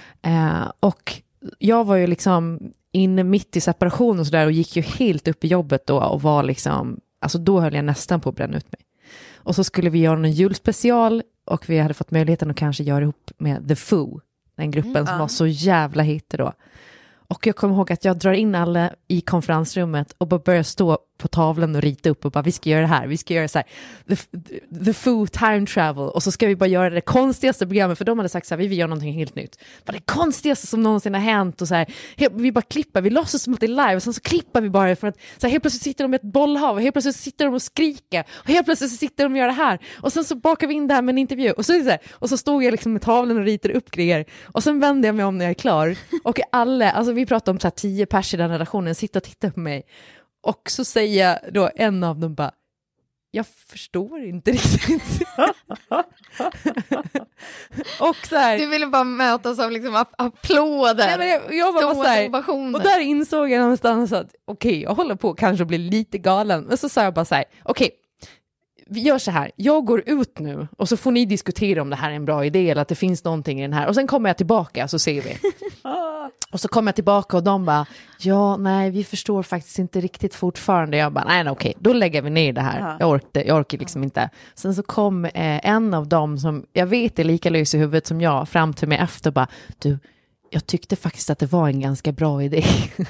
Och jag var ju liksom inne mitt i separation och sådär, och gick ju helt upp i jobbet då och var liksom, alltså då höll jag nästan på att bränna ut mig. Och så skulle vi göra en julspecial Och vi hade fått möjligheten att kanske göra ihop med The Foo. Den gruppen som var så jävla hit då. Och jag kommer ihåg att jag drar in alla i konferensrummet och bara börjar stå på tavlan och rita upp och bara, vi ska göra det här, vi ska göra så här, the Foo Time Travel, och så ska vi bara göra det konstigaste programmet, för de hade sagt så här, vi vill göra någonting helt nytt. Bara det konstigaste som någonsin har hänt, och så här, vi bara klipper, vi låtsas som att det är live, och sen så klippar vi bara för att så här, helt plötsligt sitter de med ett bollhav, och helt plötsligt sitter de och skriker, och helt plötsligt så sitter de och gör det här, och sen så bakar vi in det här med en intervju, och så är det så här, och så stod jag liksom med tavlan och ritade upp grejer, och sen vände jag mig om när jag är klar, och alla, alltså vi pratar om så här 10 pers i den redaktionen, sitter och tittar på mig. Och så säger då en av dem bara, jag förstår inte riktigt. Och så här, du ville bara mötas av liksom applåder. Nej, men jag var bara så här, och där insåg jag någonstans att okej, jag håller på kanske att bli lite galen. Men så sa jag bara så här, okej, vi gör så här, jag går ut nu och så får ni diskutera om det här är en bra idé eller att det finns någonting i den här. Och sen kommer jag tillbaka, så ser vi. Och så kommer jag tillbaka och de bara, ja, nej, vi förstår faktiskt inte riktigt fortfarande. Jag bara, nej, okej, då lägger vi ner det här. Jag orkar liksom inte. Sen så kom en av dem som jag vet är lika lös i huvudet som jag fram till mig efter och bara, du, jag tyckte faktiskt att det var en ganska bra idé.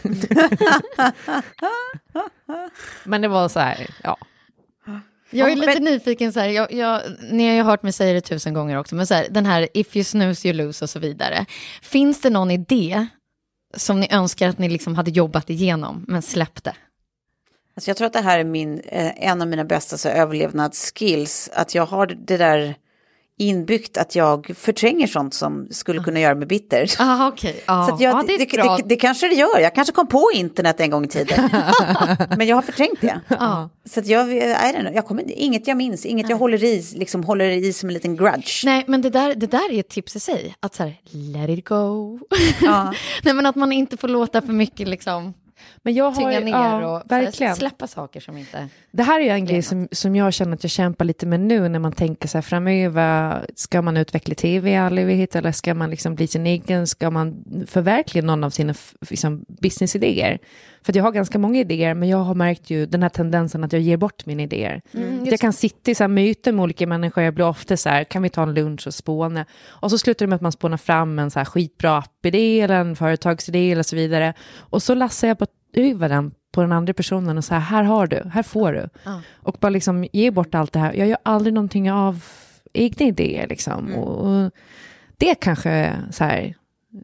Men det var så här, ja. Jag är lite nyfiken så här, ni har ju hört mig säga det 1000 gånger också, men så här, den här if you snooze you lose och så vidare. Finns det någon idé som ni önskar att ni liksom hade jobbat igenom men släppte? Alltså jag tror att det här är en av mina bästa så överlevnadsskills, att jag har det där inbyggt att jag förtränger sånt som skulle kunna göra mig bitter. Ah, okay. Så att det kanske det gör. Jag kanske kom på internet en gång i tiden. Men jag har förträngt det. Så att jag kommer inget jag minns, inget jag håller i som en liten grudge. Nej, men det där är ett tips i sig, att så här, let it go. Nej, men att man inte får låta för mycket liksom. Men jag har ner och verkligen släppa saker som inte. Det här är ju en grej som jag känner att jag kämpar lite med nu när man tänker så här framöver, ska man utveckla tv i all evighet eller ska man liksom bli sin egen, ska man förverkliga någon av sina liksom, businessidéer? För jag har ganska många idéer, men jag har märkt ju den här tendensen att jag ger bort mina idéer. Jag kan sitta i så här möten med olika människor, jag blir ofta så här, kan vi ta en lunch och spåna? Och så slutar det med att man spånar fram en så här skitbra appidé eller en företagsidé eller så vidare. Och så lassar jag över den på den andra personen och så här har du, här får du. Och bara liksom ge bort allt det här. Jag gör aldrig någonting av egna idéer liksom. Och det kanske så här,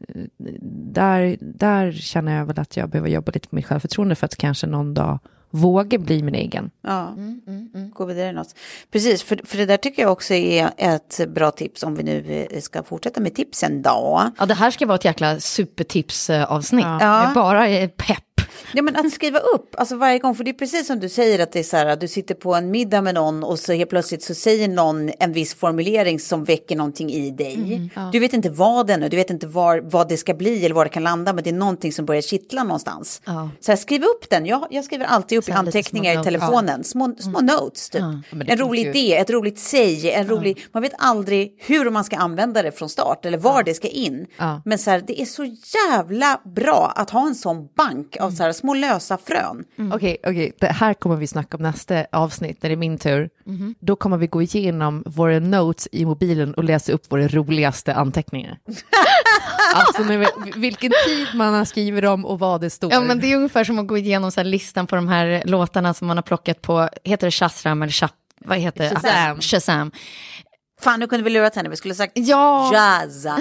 där känner jag väl att jag behöver jobba lite på mitt självförtroende för att kanske någon dag våga bli min egen. Ja, gå vidare något. Precis, för det där tycker jag också är ett bra tips om vi nu ska fortsätta med tipsen då. Ja, det här ska vara ett jäkla supertipsavsnitt. Det bara är pepp. Ja, men att skriva upp, alltså varje gång, för det är precis som du säger att det är så här, att du sitter på en middag med någon och så helt plötsligt så säger någon en viss formulering som väcker någonting i dig. Du vet inte vad den är, du vet inte vad det ska bli eller var det kan landa, men det är någonting som börjar kittla någonstans. Så här, skriv upp den, jag skriver alltid upp i anteckningar i telefonen, små notes typ. En rolig idé, ett roligt säg, man vet aldrig hur man ska använda det från start eller var det ska in. Men så här, det är så jävla bra att ha en sån bank av så här små lösa frön. Okej. Det här kommer vi snacka om nästa avsnitt när det är min tur. Då kommer vi gå igenom våra notes i mobilen och läsa upp våra roligaste anteckningar. Alltså vilken tid man har skrivit om och vad det står. Ja, men det är ungefär som att gå igenom så här listan på de här låtarna som man har plockat på, heter det Shazam eller vad heter det? Shazam. Fan, nu kunde vi lurat henne. Vi skulle sagt Shazam.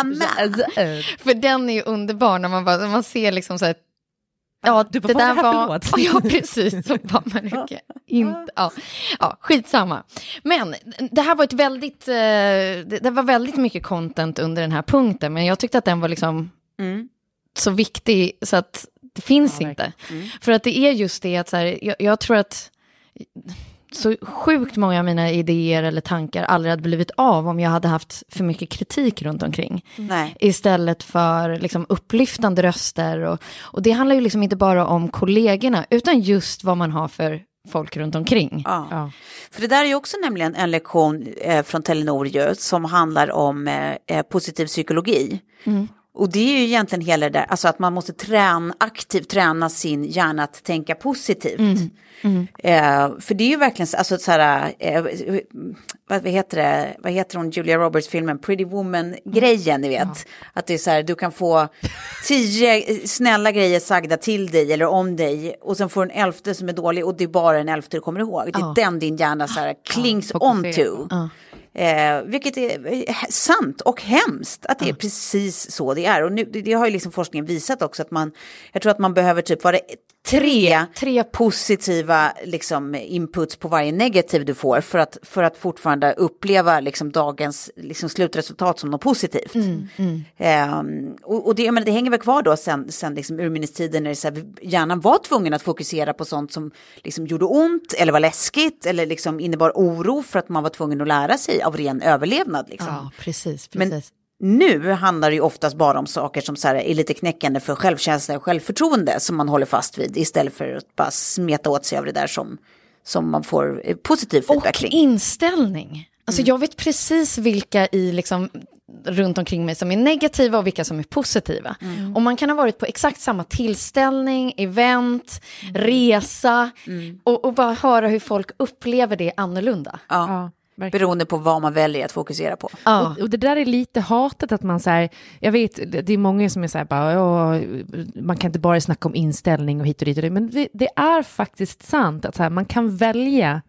För den är ju underbar när man ser liksom så här. Ja, det där var... Ja, precis. Så var man inte. Ja, skitsamma. Men det här var ett väldigt... Det var väldigt mycket content under den här punkten. Men jag tyckte att den var liksom så viktig så att det finns inte. För att det är just det att så här, jag tror att... Så sjukt många av mina idéer eller tankar aldrig hade blivit av om jag hade haft för mycket kritik runt omkring. Istället för liksom upplyftande röster. Och det handlar ju liksom inte bara om kollegorna utan just vad man har för folk runt omkring. Ja. För det där är ju också nämligen en lektion från Telenor som handlar om positiv psykologi. Och det är ju egentligen hela det där, alltså att man måste aktivt träna sin hjärna att tänka positivt. För det är ju verkligen alltså så här, vad heter hon, Julia Roberts-filmen Pretty Woman-grejen, ni vet. Att det är så här, du kan få 10 snälla grejer sagda till dig eller om dig och sen får du en 11:e som är dålig och det är bara en 11:e du kommer ihåg. Det är den din hjärna så här clings onto. Vilket är sant och hemskt att det är precis så det är. Och nu, det har ju liksom forskningen visat också att jag tror att man behöver typ vara tre positiva liksom inputs på varje negativ du får för att fortfarande uppleva liksom dagens liksom slutresultat som något positivt. Och det, det hänger väl kvar då sen liksom urminnes tiden när det så här, hjärnan var tvungen att fokusera på sånt som liksom gjorde ont eller var läskigt eller liksom innebar oro för att man var tvungen att lära sig av ren överlevnad. Liksom. Ja, precis. Men nu handlar det ju oftast bara om saker som så här är lite knäckande för självkänsla och självförtroende som man håller fast vid istället för att bara smeta åt sig av det där som man får positiv feedback. Och inställning. Alltså jag vet precis vilka i liksom runt omkring mig som är negativa och vilka som är positiva. Och man kan ha varit på exakt samma tillställning, event, resa och bara höra hur folk upplever det annorlunda. Ja. Beroende på vad man väljer att fokusera på. Och det där är lite hatet att man så här, jag vet, det är många som är så här bara, man kan inte bara snacka om inställning och hit och dit och det, men det är faktiskt sant att så här, man kan välja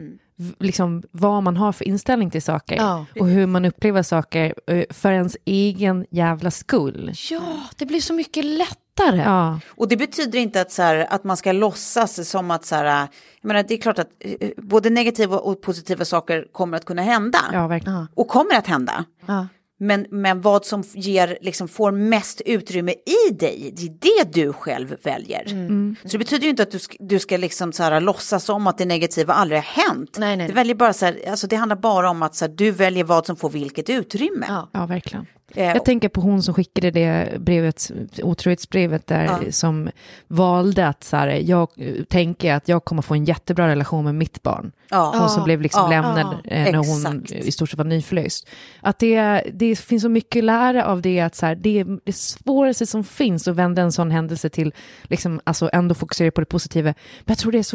liksom vad man har för inställning till saker och hur man upplever saker för ens egen jävla skull. Ja, det blir så mycket lättare. Ja. Och det betyder inte att, så här, att man ska låtsas som att så här, jag menar, det är klart att både negativa och positiva saker kommer att kunna hända. Ja, verkligen. Och kommer att hända. Ja. Men vad som liksom får mest utrymme i dig, det är det du själv väljer. Så det betyder ju inte att du ska liksom så här, låtsas om att det negativa aldrig har hänt. Nej. Det väljer bara så här, alltså det handlar bara om att så här, du väljer vad som får vilket utrymme. Ja, verkligen. Jag tänker på hon som skickade det brevet, otrohetsbrevet där som valde att så här, jag tänker att jag kommer få en jättebra relation med mitt barn. Hon som blev liksom lämnad när hon i stort sett var nyförlöst. Att det finns så mycket lära av det att så här, det är det svåraste som finns att vända en sån händelse till liksom, alltså ändå fokusera på det positiva. Men jag tror det är så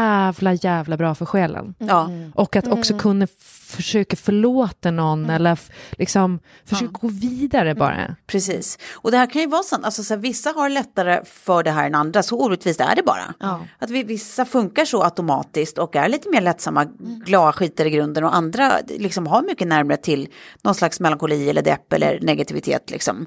jävla bra för själen. Och att också kunna försöka förlåta någon eller liksom försöka gå vidare bara. Precis. Och det här kan ju vara sant. Alltså, så här, vissa har lättare för det här än andra. Så orättvist är det bara. Att vissa funkar så automatiskt och är lite mer lättsamma, glada skiter i grunden och andra liksom har mycket närmare till någon slags melankoli eller depp eller negativitet liksom.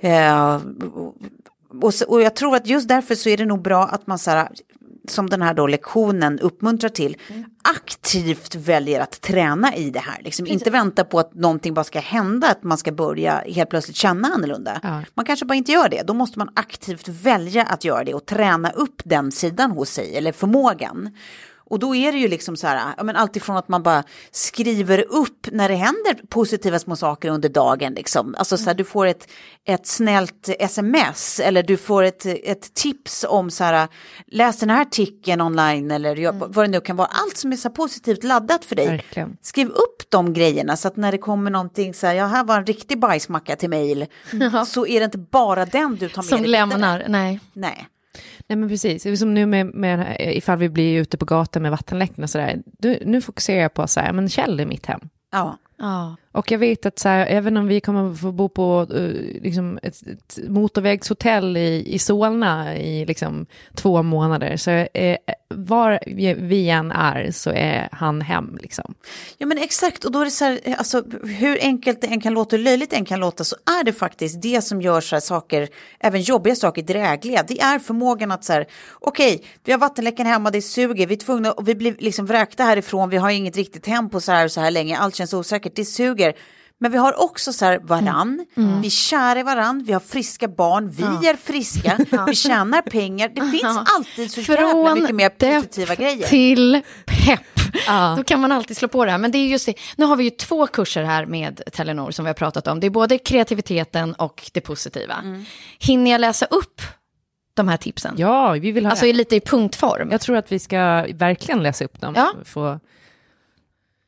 Och jag tror att just därför så är det nog bra att man så här, som den här då lektionen uppmuntrar till, aktivt väljer att träna i det här. Liksom inte vänta på att någonting bara ska hända, att man ska börja helt plötsligt känna annorlunda. Man kanske bara inte gör det. Då måste man aktivt välja att göra det och träna upp den sidan hos sig, eller förmågan. Och då är det ju liksom så här, men alltifrån att man bara skriver upp när det händer positiva små saker under dagen liksom. Alltså så här, du får ett snällt sms eller du får ett tips om så här, läs den här artikeln online eller vad det nu kan vara. Allt som är så positivt laddat för dig. Verkligen. Skriv upp de grejerna så att när det kommer någonting så här, ja, här var en riktig bajsmacka till mejl. Så är det inte bara den du tar med som dig. lämnar, nej. Nej men precis, det är som nu med ifall vi blir ute på gatan med vattenläckning och sådär. Nu fokuserar jag på så här, men Kjell är mitt hem. Ja. Och jag vet att så här, även om vi kommer få bo på liksom ett motorvägshotell i Solna i liksom 2 månader så var vi än är så är han hem liksom. Ja men exakt, och då är det så här, alltså, hur enkelt det än kan låta, löjligt än kan låta, så är det faktiskt det som gör så här saker, även jobbiga saker, drägliga. Det är förmågan att så här, okej, vi har vattenläckan hemma, det suger, vi är tvungna, och vi blir liksom vräkta härifrån, vi har inget riktigt hem på så här länge, allt känns osäkert, det suger. Men vi har också så här varann, vi är kära i varann, vi har friska barn, vi är friska, vi tjänar pengar. Det finns alltid så jävla mycket mer positiva grejer. Till pepp. Då kan man alltid slå på det här. Men det är just det, nu har vi ju 2 kurser här med Telenor som vi har pratat om. Det är både kreativiteten och det positiva. Hinner jag läsa upp de här tipsen? Ja, vi vill ha alltså lite i punktform. Jag tror att vi ska verkligen läsa upp dem. Ja.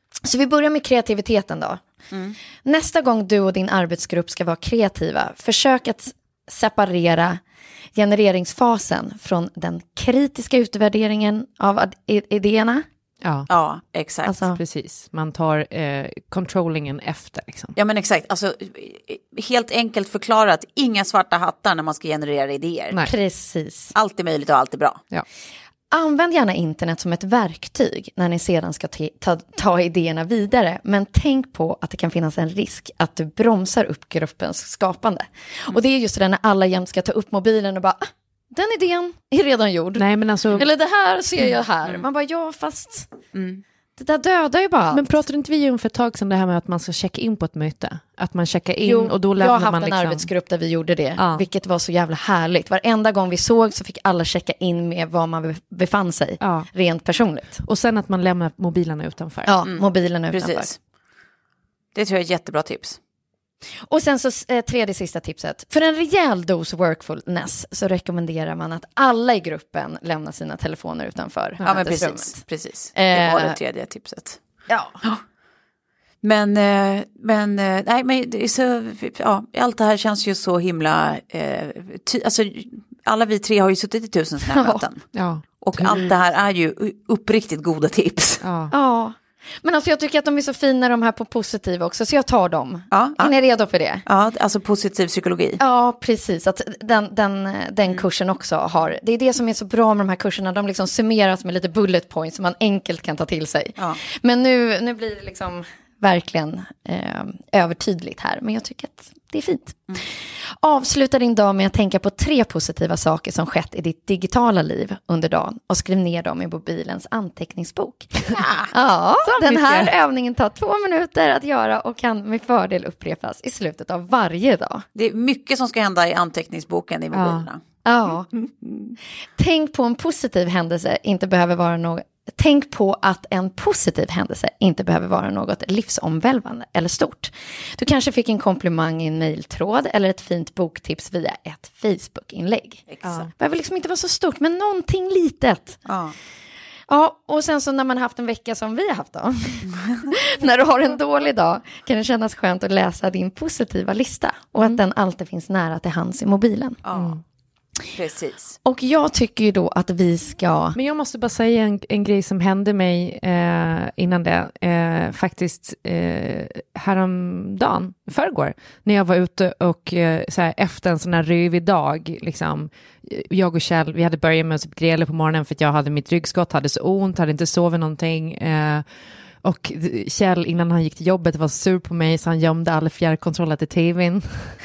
Så vi börjar med kreativiteten då. Nästa gång du och din arbetsgrupp ska vara kreativa, försök att separera genereringsfasen från den kritiska utvärderingen av idéerna. Ja, exakt. Alltså, precis. Man tar controllingen efter. Liksom. Ja, men exakt. Alltså, helt enkelt förklarat, inga svarta hattar när man ska generera idéer. Nej. Precis. Allt är möjligt och allt är bra. Ja. Använd gärna internet som ett verktyg när ni sedan ska ta idéerna vidare. Men tänk på att det kan finnas en risk att du bromsar upp gruppens skapande. Och det är just det när alla jämt ska ta upp mobilen och bara, den idén är redan gjord. Nej, men alltså... Eller det här ser jag här. Man bara, ja fast det där dödar ju bara allt. Men pratade inte vi om för ett tag sedan det här med att man ska checka in på ett möte? Att man checkar in och då lämnar man jag har haft liksom... en arbetsgrupp där vi gjorde det. Vilket var så jävla härligt. Varenda gång vi såg så fick alla checka in med var man befann sig. Rent personligt. Och sen att man lämnar mobilerna utanför. Ja, mobilerna utanför. Precis. Det tror jag är ett jättebra tips. Och sen så tredje sista tipset. För en rejäl dos workfulness så rekommenderar man att alla i gruppen lämnar sina telefoner utanför. Ja, men precis. Det var det tredje tipset. Ja. Men nej, men det är så, allt det här känns ju så himla, alltså alla vi tre har ju suttit i 1000 sådana här möten. Ja. Och allt det här är ju uppriktigt goda tips. Ja. Men alltså jag tycker att de är så fina de här på positiva också, så jag tar dem. Är ni redo för det? Ja, alltså positiv psykologi. Ja, precis. Att den kursen också har, det är det som är så bra med de här kurserna, de liksom summeras med lite bullet points som man enkelt kan ta till sig. Ja. Men nu blir det liksom verkligen övertydligt här, men jag tycker att det är fint. Avsluta din dag med att tänka på 3 positiva saker som skett i ditt digitala liv under dagen och skriv ner dem i mobilens anteckningsbok. Ja, den här övningen tar 2 minuter att göra och kan med fördel upprepas i slutet av varje dag. Det är mycket som ska hända i anteckningsboken i mobilerna. Ja. Tänk på en positiv händelse inte behöver vara något. Tänk på att en positiv händelse inte behöver vara något livsomvälvande eller stort. Du kanske fick en komplimang i en mejltråd eller ett fint boktips via ett Facebook-inlägg. Det behöver liksom inte vara så stort, men någonting litet. Ja, och sen så när man haft en vecka som vi har haft då. När du har en dålig dag kan det kännas skönt att läsa din positiva lista. Och att den alltid finns nära till hands i mobilen. Precis. Och jag tycker ju då att vi ska... Men jag måste bara säga en grej som hände mig innan det. Faktiskt häromdagen, förrgår, när jag var ute och så här, efter en sån här rövig dag, liksom, jag och Kjell, vi hade börjat med att gräla på morgonen för att jag hade mitt ryggskott, hade så ont, hade inte sovit någonting. Och Kjell innan han gick till jobbet var sur på mig så han gömde alla fjärrkontroller till tvn.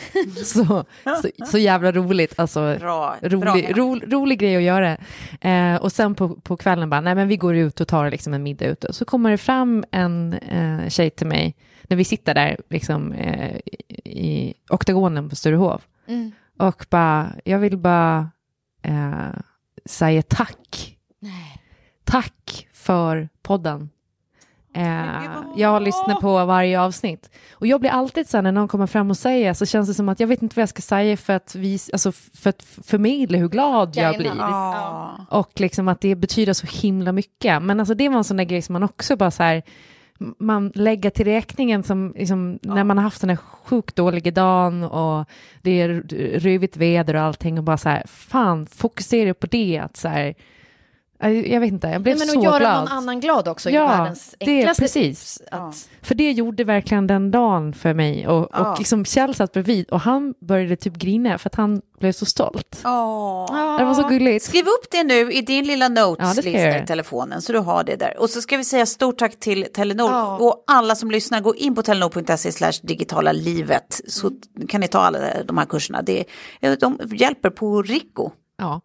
så jävla roligt. Alltså, rolig grej att göra. Och sen på kvällen bara, nej men vi går ut och tar liksom en middag ute. Så kommer det fram en tjej till mig när vi sitter där liksom, i oktagonen på Sturehov. Och bara, jag vill bara säga tack. Tack för podden. Jag har lyssnat på varje avsnitt och jag blir alltid så här, när någon kommer fram och säger, så känns det som att jag vet inte vad jag ska säga för att för att förmedla hur glad jag blir. Och liksom att det betyder så himla mycket. Men alltså det var en sån där grej som man också bara så här, man lägger till räkningen som liksom, när man har haft den här sjukt dåliga dagen och det är rövigt väder och allting och bara så här, fan, fokusera på det, att så här, jag vet inte, jag blev så glad. Och göra någon annan glad också. Ja, världens enklaste precis. För det gjorde verkligen den dagen för mig. Och liksom Kjell satt bredvid och han började typ grina för att han blev så stolt. Det var så gulligt. Skriv upp det nu i din lilla noteslista i telefonen så du har det där. Och så ska vi säga stort tack till Telenor och alla som lyssnar. Gå in på telenor.se/digitalalivet så kan ni ta alla de här kurserna. De hjälper på Rico. Ja.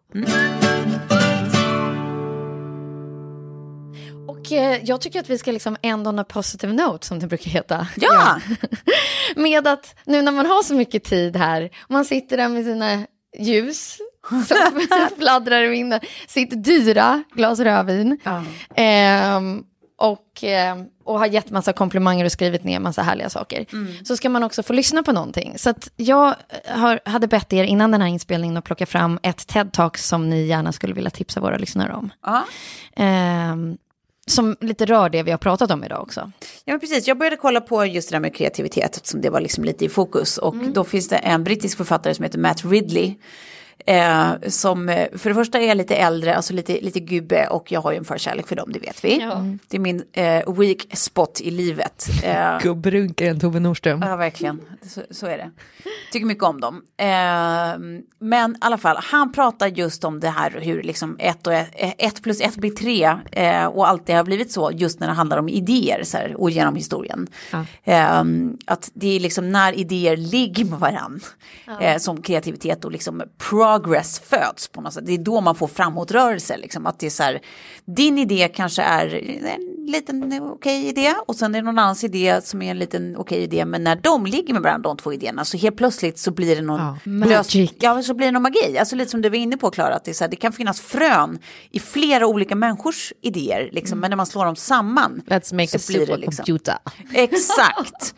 Och jag tycker att vi ska liksom end on a positive note, som det brukar heta. Ja! Med att nu när man har så mycket tid här, man sitter där med sina ljus som fladdrar i vinden, sitt dyra glas rödvin och har gett massa komplimanger och skrivit ner massa härliga saker. Så ska man också få lyssna på någonting. Så att jag hade bett er innan den här inspelningen att plocka fram ett TED-talk som ni gärna skulle vilja tipsa våra lyssnare om. som lite rör det vi har pratat om idag också. Ja, men precis. Jag började kolla på just det där med kreativitet, som det var liksom lite i fokus. Och då finns det en brittisk författare som heter Matt Ridley. Som för det första är lite äldre, alltså lite gubbe, och jag har ju en förkärlek för dem, det vet vi. Ja. Det är min weak spot i livet. Gubbrunkaren Tove Nordström. Ja, verkligen. Så är det. Tycker mycket om dem. Men i alla fall, han pratar just om det här hur liksom 1 plus 1 blir 3 och allt det har blivit så just när det handlar om idéer så här, och genom historien. Ja. Att det är liksom när idéer ligger med varann som kreativitet och liksom progress föds på något sätt. Det är då man får framåtrörelse. Liksom. Att det är så här, din idé kanske är en liten okej idé och sen är det någon annans idé som är en liten okej idé, men när de ligger med varandra, de två idéerna, så helt plötsligt så blir det någon så blir det någon magi. Alltså lite som du var inne på, Klara, att det, är så här, det kan finnas frön i flera olika människors idéer, liksom, men när man slår dem samman let's make så blir det liksom computer. Exakt.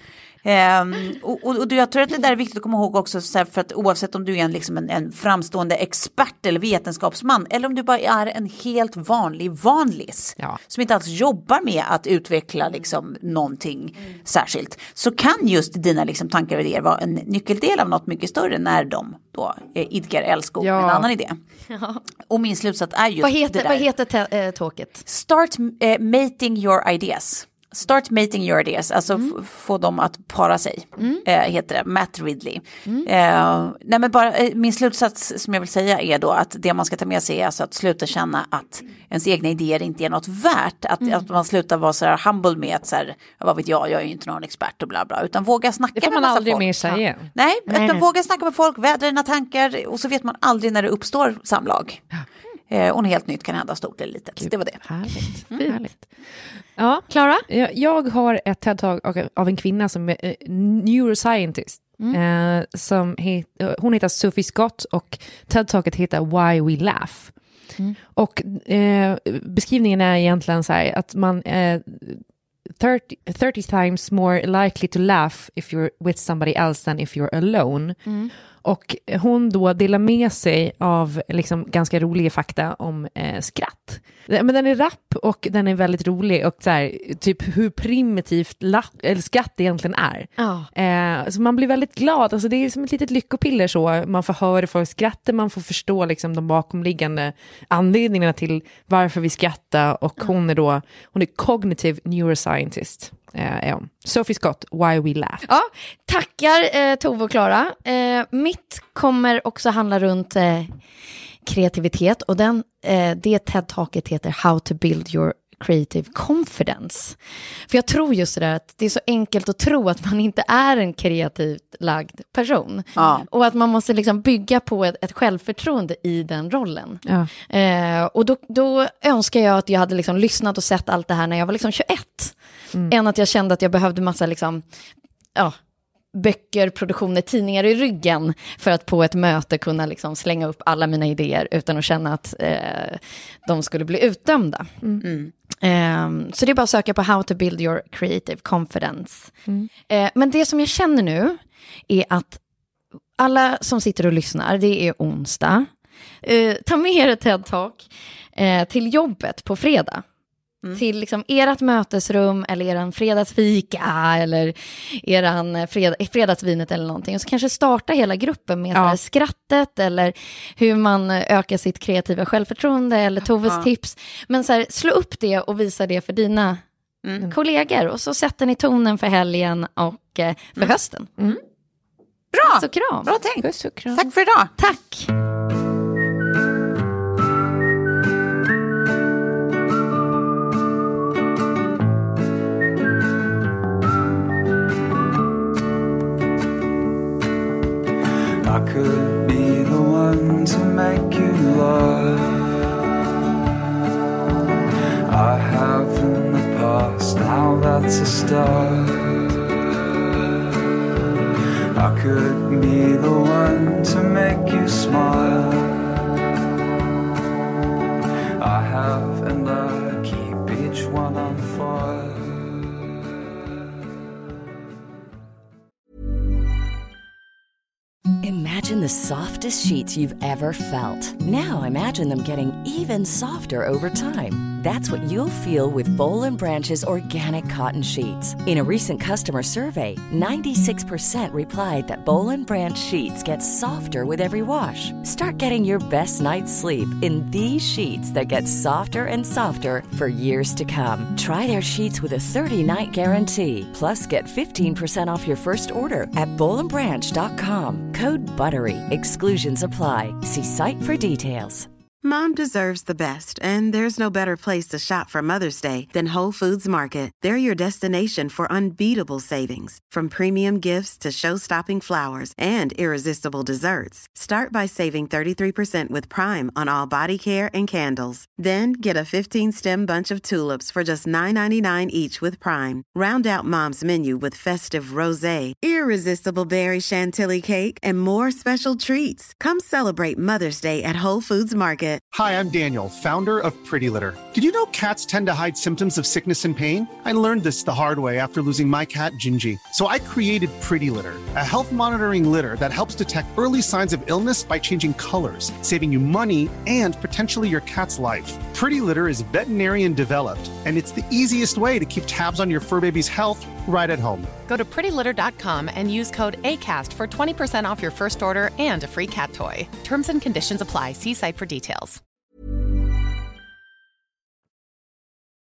Och jag tror att det där är viktigt att komma ihåg också, så här, för att oavsett om du är en framstående expert eller vetenskapsman, eller om du bara är en helt vanlis som inte alls jobbar med att utveckla liksom någonting särskilt, så kan just dina liksom tankar och idéer vara en nyckeldel av något mycket större när de då idkar älskog med en annan idé. Och min slutsats är just vad heter tåket? Start mating your ideas. Start mating your ideas, alltså få dem att para sig, heter det, Matt Ridley. Nej, men bara, min slutsats som jag vill säga är då att det man ska ta med sig är alltså att sluta känna att ens egna idéer inte är något värt, att man slutar vara så här humble med att så här, vad vet jag är ju inte någon expert och bla bla, utan våga snacka med massa folk. Det får man aldrig mer säga. Nej, utan våga snacka med folk, vädra dina tankar, och så vet man aldrig när det uppstår samlag. Och något helt nytt kan hända, stort eller litet. Det var det. Härligt. Ja, Klara? Jag har ett TED-talk av en kvinna som är neuroscientist. Hon heter Sophie Scott, och TED-talket heter Why We Laugh. Och beskrivningen är egentligen så här att man 30 times more likely to laugh if you're with somebody else than if you're alone. Och hon då delar med sig av liksom ganska roliga fakta om skratt. Men den är rapp och den är väldigt rolig, och så här, typ hur primitivt skratt egentligen är. Så man blir väldigt glad. Alltså det är som ett litet lyckopiller så. Man får höra folk skratta, man får förstå liksom de bakomliggande anledningarna till varför vi skrattar. Och hon är cognitive neuroscientist. Sophie Scott, Why We Laugh. Ja, tackar Tove och Klara. Mitt kommer också handla runt kreativitet, och det TED-taket heter How to Build Your Creative Confidence. För jag tror just det där att det är så enkelt att tro att man inte är en kreativt lagd person. Och att man måste liksom bygga på ett självförtroende i den rollen. Och då önskar jag att jag hade liksom lyssnat och sett allt det här när jag var liksom 21. Än att jag kände att jag behövde massa liksom, böcker, produktioner, tidningar i ryggen för att på ett möte kunna liksom slänga upp alla mina idéer utan att känna att de skulle bli utdömda. Så det är bara att söka på How to Build Your Creative Confidence. Men det som jag känner nu är att alla som sitter och lyssnar, det är onsdag. Ta med er ett TED-talk till jobbet på fredag. Till liksom ert mötesrum eller eran fredagsfika eller eran fredagsvinet eller någonting. Och så kanske starta hela gruppen med skrattet eller hur man ökar sitt kreativa självförtroende eller Toves tips. Men så här, slå upp det och visa det för dina kollegor. Och så sätter ni tonen för helgen och för hösten. Bra! Så kram. Bra tänkt. Tack för idag. Tack! I could be the one to make you laugh. I have in the past, now that's a start. I could be the one to make you smile. I have and I keep each one on fire. Imagine the softest sheets you've ever felt. Now imagine them getting even softer over time. That's what you'll feel with Boll & Branch's organic cotton sheets. In a recent customer survey, 96% replied that Boll & Branch sheets get softer with every wash. Start getting your best night's sleep in these sheets that get softer and softer for years to come. Try their sheets with a 30-night guarantee. Plus, get 15% off your first order at bollandbranch.com. Code BUTTERY. Exclusions apply. See site for details. Mom deserves the best, and there's no better place to shop for Mother's Day than Whole Foods Market. They're your destination for unbeatable savings, from premium gifts to show-stopping flowers and irresistible desserts. Start by saving 33% with Prime on all body care and candles. Then get a 15-stem bunch of tulips for just $9.99 each with Prime. Round out Mom's menu with festive rosé, irresistible berry chantilly cake, and more special treats. Come celebrate Mother's Day at Whole Foods Market. Hi, I'm Daniel, founder of Pretty Litter. Did you know cats tend to hide symptoms of sickness and pain? I learned this the hard way after losing my cat, Gingy. So I created Pretty Litter, a health monitoring litter that helps detect early signs of illness by changing colors, saving you money and potentially your cat's life. Pretty Litter is veterinarian developed, and it's the easiest way to keep tabs on your fur baby's health right at home. Go to prettylitter.com and use code ACAST for 20% off your first order and a free cat toy. Terms and conditions apply. See site for details.